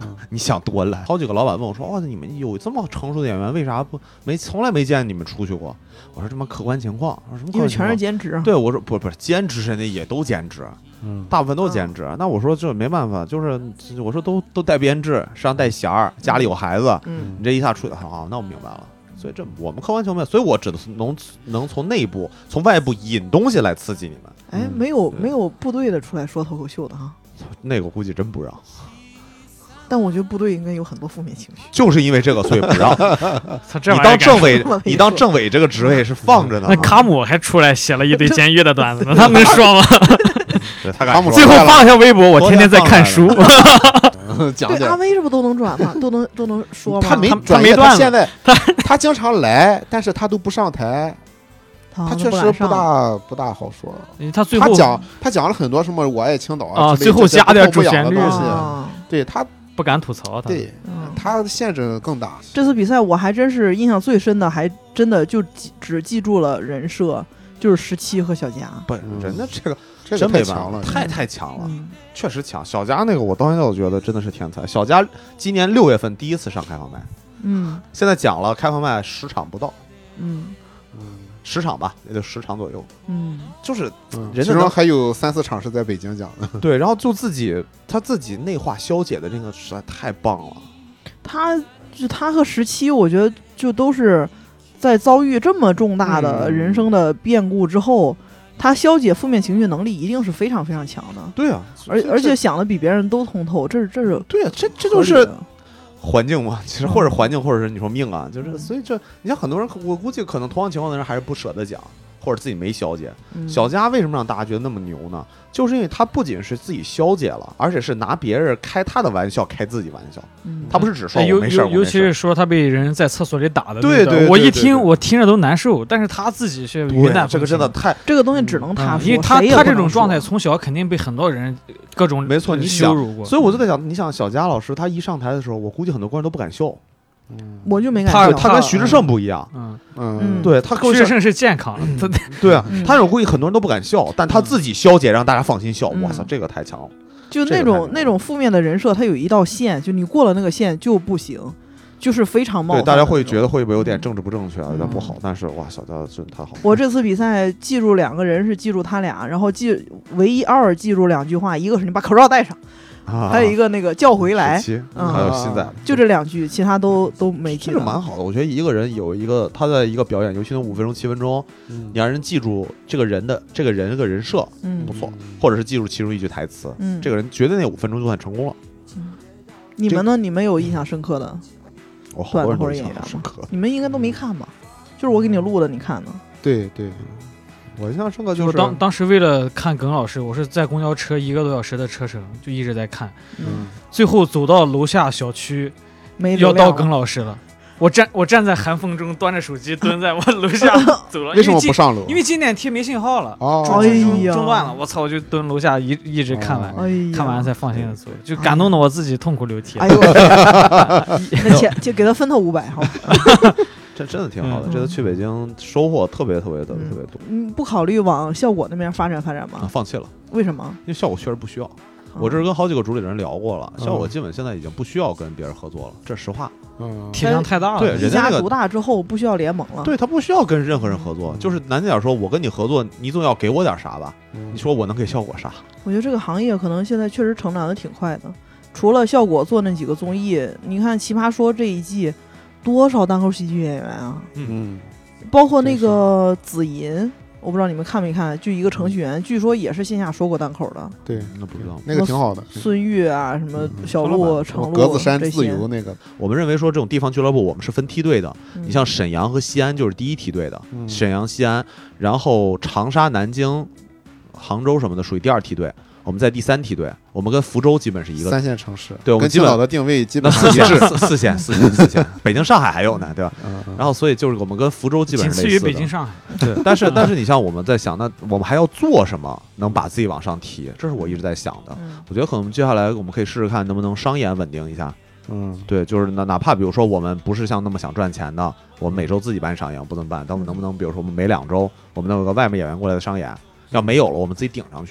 你想多了。好几个老板问我说：“哦，你们有这么成熟的演员，为啥从来没见你们出去过？”我说：“这么客观情况。”我说：“什么客观情况？” 因为全是兼职。 对，我说不是兼职，人家也都兼职，大部分都兼职。那我说这没办法，就是我说都带编制，身上带弦儿，家里有孩子，你这一下出去，好，那我明白了。所以这我们客观情况，所以我只能从内部、从外部引东西来刺激你们。 哎，没有部队的出来说脱口秀的哈。 那个估计真不让。 但我觉得部队应该有很多负面情绪， 就是因为这个所以不让。你当政委，你当政委这个职位是放着呢。 那卡姆还出来写了一堆监狱的段子呢，他能说吗？ 他敢说。 最后发了条微博，我天天在看书。 讲对，阿威这不都能转吗？都能说吗？ 他没转业，他现在他经常来，但是他都不上台。他确实不大好说。 他最后他讲了很多什么我爱青岛啊，最后加点主旋律东西。对他不敢吐槽， 对他限制更大。 这次比赛我还真是印象最深的，还真的就只记住了人设，就是17和小佳。 不，人家这个真没办法， 太强了，确实强。小佳那个我到现在我觉得真的是天才。小佳今年6月份第一次上开放麦，现在讲了开放麦10场不到，10场吧，也就10场左右。就是人其中还有3、4场是在北京讲的。 对，然后就他自己内化消解的这个实在太棒了。 他和17，我觉得就都是在遭遇这么重大的人生的变故之后，他消解负面情绪能力一定是非常非常强的。 对啊， 而且想的比别人都通透，这是对啊，这就是环境嘛，其实或者环境，或者是你说命啊，就是所以你像很多人，我估计可能同样情况的人还是不舍得讲，或者自己没消解。小佳为什么让大家觉得那么牛呢？就是因为他不仅是自己消解了，而且是拿别人开他的玩笑开自己玩笑。他不是只说我没事， 尤其是说他被人在厕所里打的， 对， 我一听我听着都难受，但是他自己却云淡风轻。 这个真的太， 这个东西只能他说， 因为他这种状态从小肯定被很多人各种没错你羞辱过， 所以我就在想，你想小佳老师他一上台的时候，我估计很多观众都不敢笑。 我就没感觉他跟徐志胜不一样，对他徐志胜是健康， 对啊，他这种估计很多人都不敢笑，但他自己消解让大家放心笑，哇塞，这个太强了。 就那种负面的人设，他有一道线，就你过了那个线就不行，就是非常冒犯。 对，大家会觉得会不会有点政治不正确，有点不好，但是哇，小佳真太好。 我这次比赛记住2个人是记住他俩，然后唯一记住2句话，一个是你把口罩戴上。还有一个那个叫回来， 还有现在就这2句，其他都没记。 这蛮好的，我觉得一个人有一个他在一个表演，尤其那5分钟7分钟，你让人记住这个人人设，不错，或者是记住其中一句台词，这个人绝对那5分钟就算成功了。 你们呢？你们有印象深刻的段子或者印象深刻？ 你们应该都没看吧？就是我给你录的，你看呢？ 对。 我印象深刻就是当时为了看耿老师，我是在公交车1个多小时的车程，就一直在看。最后走到楼下小区，要到耿老师了。我站在寒风中，端着手机蹲在我楼下走了。 为什么不上楼？ 因为进电梯没信号了，中断了。我操！我就蹲楼下一直看完，看完才放心的走，就感动的我自己痛哭流涕。 哎呦，那钱就给他分他500好。 这真的挺好的，这次去北京收获特别多。 不考虑往效果那边发展吗？ 放弃了。 为什么？ 因为效果确实不需要。我这是跟好几个主理人聊过了，效果基本现在已经不需要跟别人合作了，这实话。 体量太大了。 对， 一家独大之后不需要联盟了。 对，他不需要跟任何人合作，就是难听点说，我跟你合作，你总要给我点啥吧？你说我能给效果啥？ 我觉得这个行业可能现在确实成长的挺快的。除了效果做那几个综艺，你看《奇葩说》这一季。多少单口喜剧演员啊！包括那个紫银，我不知道你们看没看，就一个程序员，据说也是线下说过单口的。 对， 那不知道， 那个挺好的。 孙玉啊，什么小鹿、程璐、 格子衫自由那个。 我们认为说这种地方俱乐部，我们是分梯队的。你像沈阳和西安就是第一梯队的，沈阳、西安，然后长沙、南京、杭州什么的属于第2梯队。我们在第3梯队，我们跟福州基本是一个 3线城市， 对，我们基本的定位基本上一致，4线，北京、上海还有呢，对吧？然后所以就是我们跟福州基本是类似的， 仅次于北京、上海。 对，但是你像我们在想，那我们还要做什么能把自己往上提？这是我一直在想的。我觉得可能接下来我们可以试试看能不能商演稳定一下。对，就是哪怕比如说我们不是像那么想赚钱的，我们每周自己办商演不能办，但我们能不能比如说我们每2周我们能有个外面演员过来的商演？要没有了，我们自己顶上去。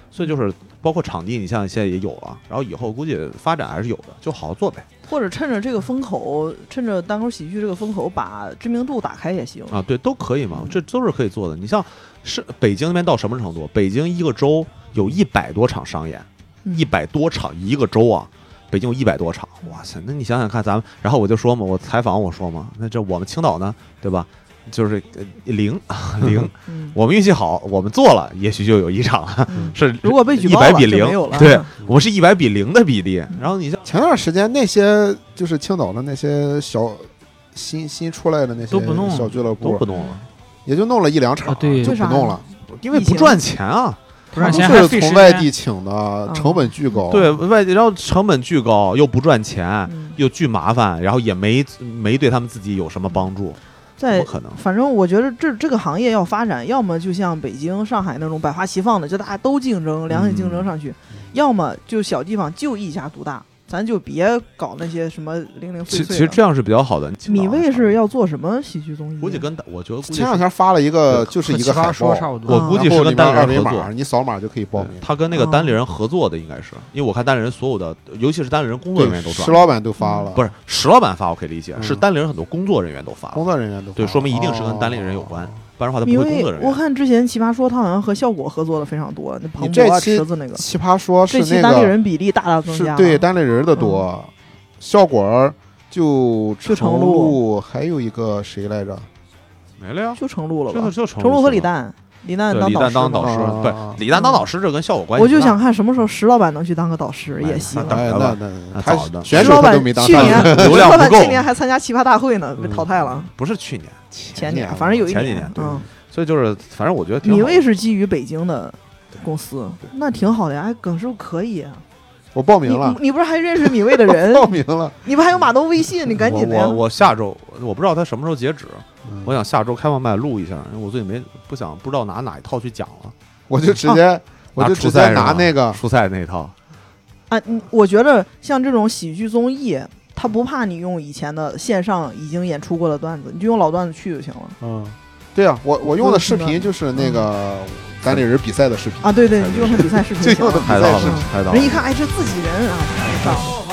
所以就是包括场地，你像现在也有了，然后以后估计发展还是有的，就好好做呗。 或者趁着这个风口，趁着单口喜剧这个风口，把知名度打开也行啊。对，都可以嘛，这都是可以做的。你像是北京那边到什么程度？北京一个州有100多场商演，100多场一个州啊。北京有100多场，哇塞！那你想想看，咱们，然后我就说嘛，我采访我说嘛，那这我们青岛呢，对吧？就是零，我们运气好，我们做了，也许就有1场，是如果被举报了100比0，对，我们是100比0的比例。然后你像前段时间那些就是青岛的那些小新出来的那些小俱乐部都不弄了， 也就弄了1-2场， 对， 就不弄了， 因为不赚钱啊。 不然是从外地请的，成本巨高。 对外地，然后成本巨高，又不赚钱，又巨麻烦，然后也没对他们自己有什么帮助。不可能。 反正我觉得这个行业要发展，要么就像北京、上海那种百花齐放的，就大家都竞争，良性竞争上去；要么就小地方就一家独大。咱就别搞那些什么零零碎碎的。 其实这样是比较好的。 米未是要做什么喜剧综艺？ 估计我觉得前2天发了一个，就是一个海报， 我估计是跟单立人合作，你扫码就可以报名。 他跟那个单立人合作的应该是，因为我看单立人所有的，尤其是单立人工作人员都转。 石老板都发了， 不是石老板发我可以理解，是单立人很多工作人员都发了。 工作人员都发对，说明一定是跟单立人有关。不然的话，他不会工作人员。 我看之前奇葩说他好像和效果合作的非常多，那庞博啊、池子那个。 奇葩说是那个这期单立人比例大大增加， 对单立人的多。效果就程璐，还有一个谁来着？ 没了呀， 就程璐了吧？ 就程璐和李诞，李诞当导师，不，李诞当导师这跟效果关系。 我就想看什么时候石老板能去当个导师也行。 那早的， 石老板去年流量不够， 去年还参加奇葩大会呢，被淘汰了。 不是去年， 前年，反正有一前几年，所以就是反正我觉得挺好。 米未是基于北京的公司，那挺好的呀。耿师傅可以。 我报名了， 你不是还认识米未的人？ 报名了， 你不还有马东微信？你赶紧的呀！ 我下周我不知道他什么时候截止，我想下周开放麦录一下，因为我最近不知道拿哪一套去讲了， 我就直接拿那个蔬菜那一套啊！我觉得像这种喜剧综艺，他不怕你用以前的线上已经演出过的段子，你就用老段子去就行了。 对啊，我用的视频就是那个单立人比赛的视频啊，对，你就用他比赛视频， 就用的比赛视频， 人一看，哎，这自己人啊，上。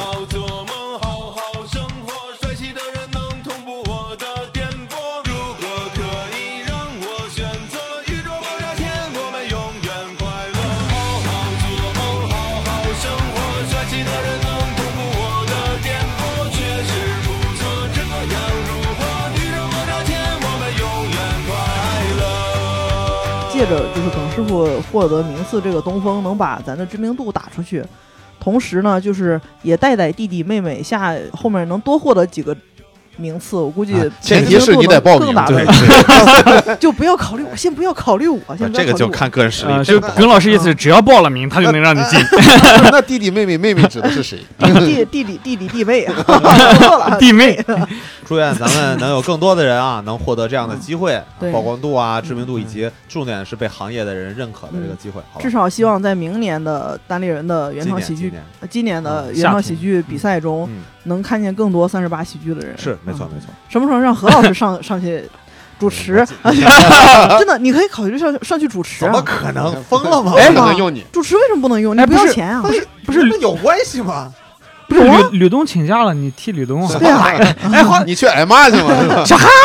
借着就是耿师傅获得名次这个东风，能把咱的知名度打出去，同时呢，就是也带弟弟妹妹后面能多获得几个名次，我估计前提是你得报名， 对， 就不要考虑我，先不要考虑我， 这个就看个人实力。 就耿老师意思，只要报了名，他就能让你进。 那弟弟妹妹指的是谁？ 弟妹，错了， 弟妹。 祝愿咱们能有更多的人啊，能获得这样的机会，曝光度啊、知名度，以及重点是被行业的人认可的这个机会。 至少希望在明年的单立人的原创喜剧，今年的原创喜剧比赛中，能看见更多38喜剧的人。 是，没错。 什么时候让何老师上去主持？真的，你可以考虑上去主持。 怎么可能？疯了吗？ 哎，不能用你主持，为什么不能用？你不要钱啊？ 不是有关系吗？ 不是吕东请假了，你替吕东。 对啊， 哎，你去挨骂去嘛？ 小哈。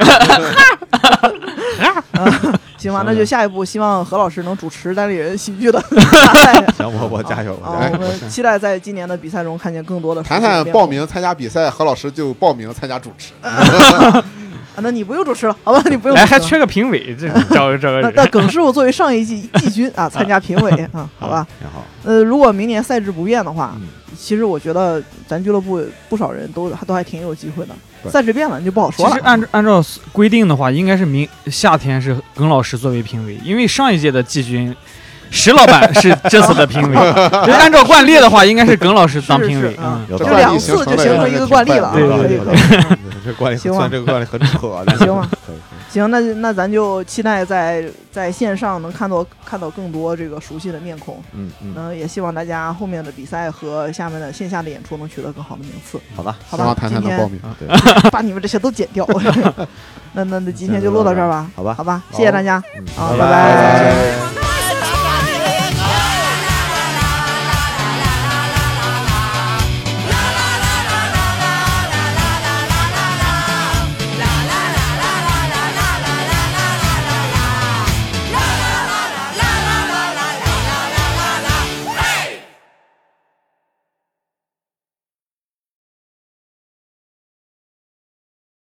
行吧，那就下一步，希望何老师能主持单立人喜剧的比赛。行，我加油！ 我们期待在今年的比赛中看见更多的。 谈谈报名参加比赛，何老师就报名参加主持。 那你不用主持了，好吧？你不用。 哎，还缺个评委，这找个。 那耿师傅作为上一季季军啊，参加评委啊，好吧？如果明年赛制不变的话，其实我觉得咱俱乐部不少人都还挺有机会的。赛制变了，你就不好说了。 其实按照规定的话，应该是夏天是耿老师作为评委，因为上一届的季军石老板是这次的评委。按照惯例的话，应该是耿老师当评委。 这2次就形成一个惯例了。 对。 这惯例，行吧，这个惯例很扯。 行吧，行，那咱就期待在线上能看到更多这个熟悉的面孔。也希望大家后面的比赛和下面的线下的演出能取得更好的名次。 好吧， 谈谈的报名， 把你们这些都剪掉。那今天就录到这儿吧。 好吧， 谢谢大家。 好， 拜拜。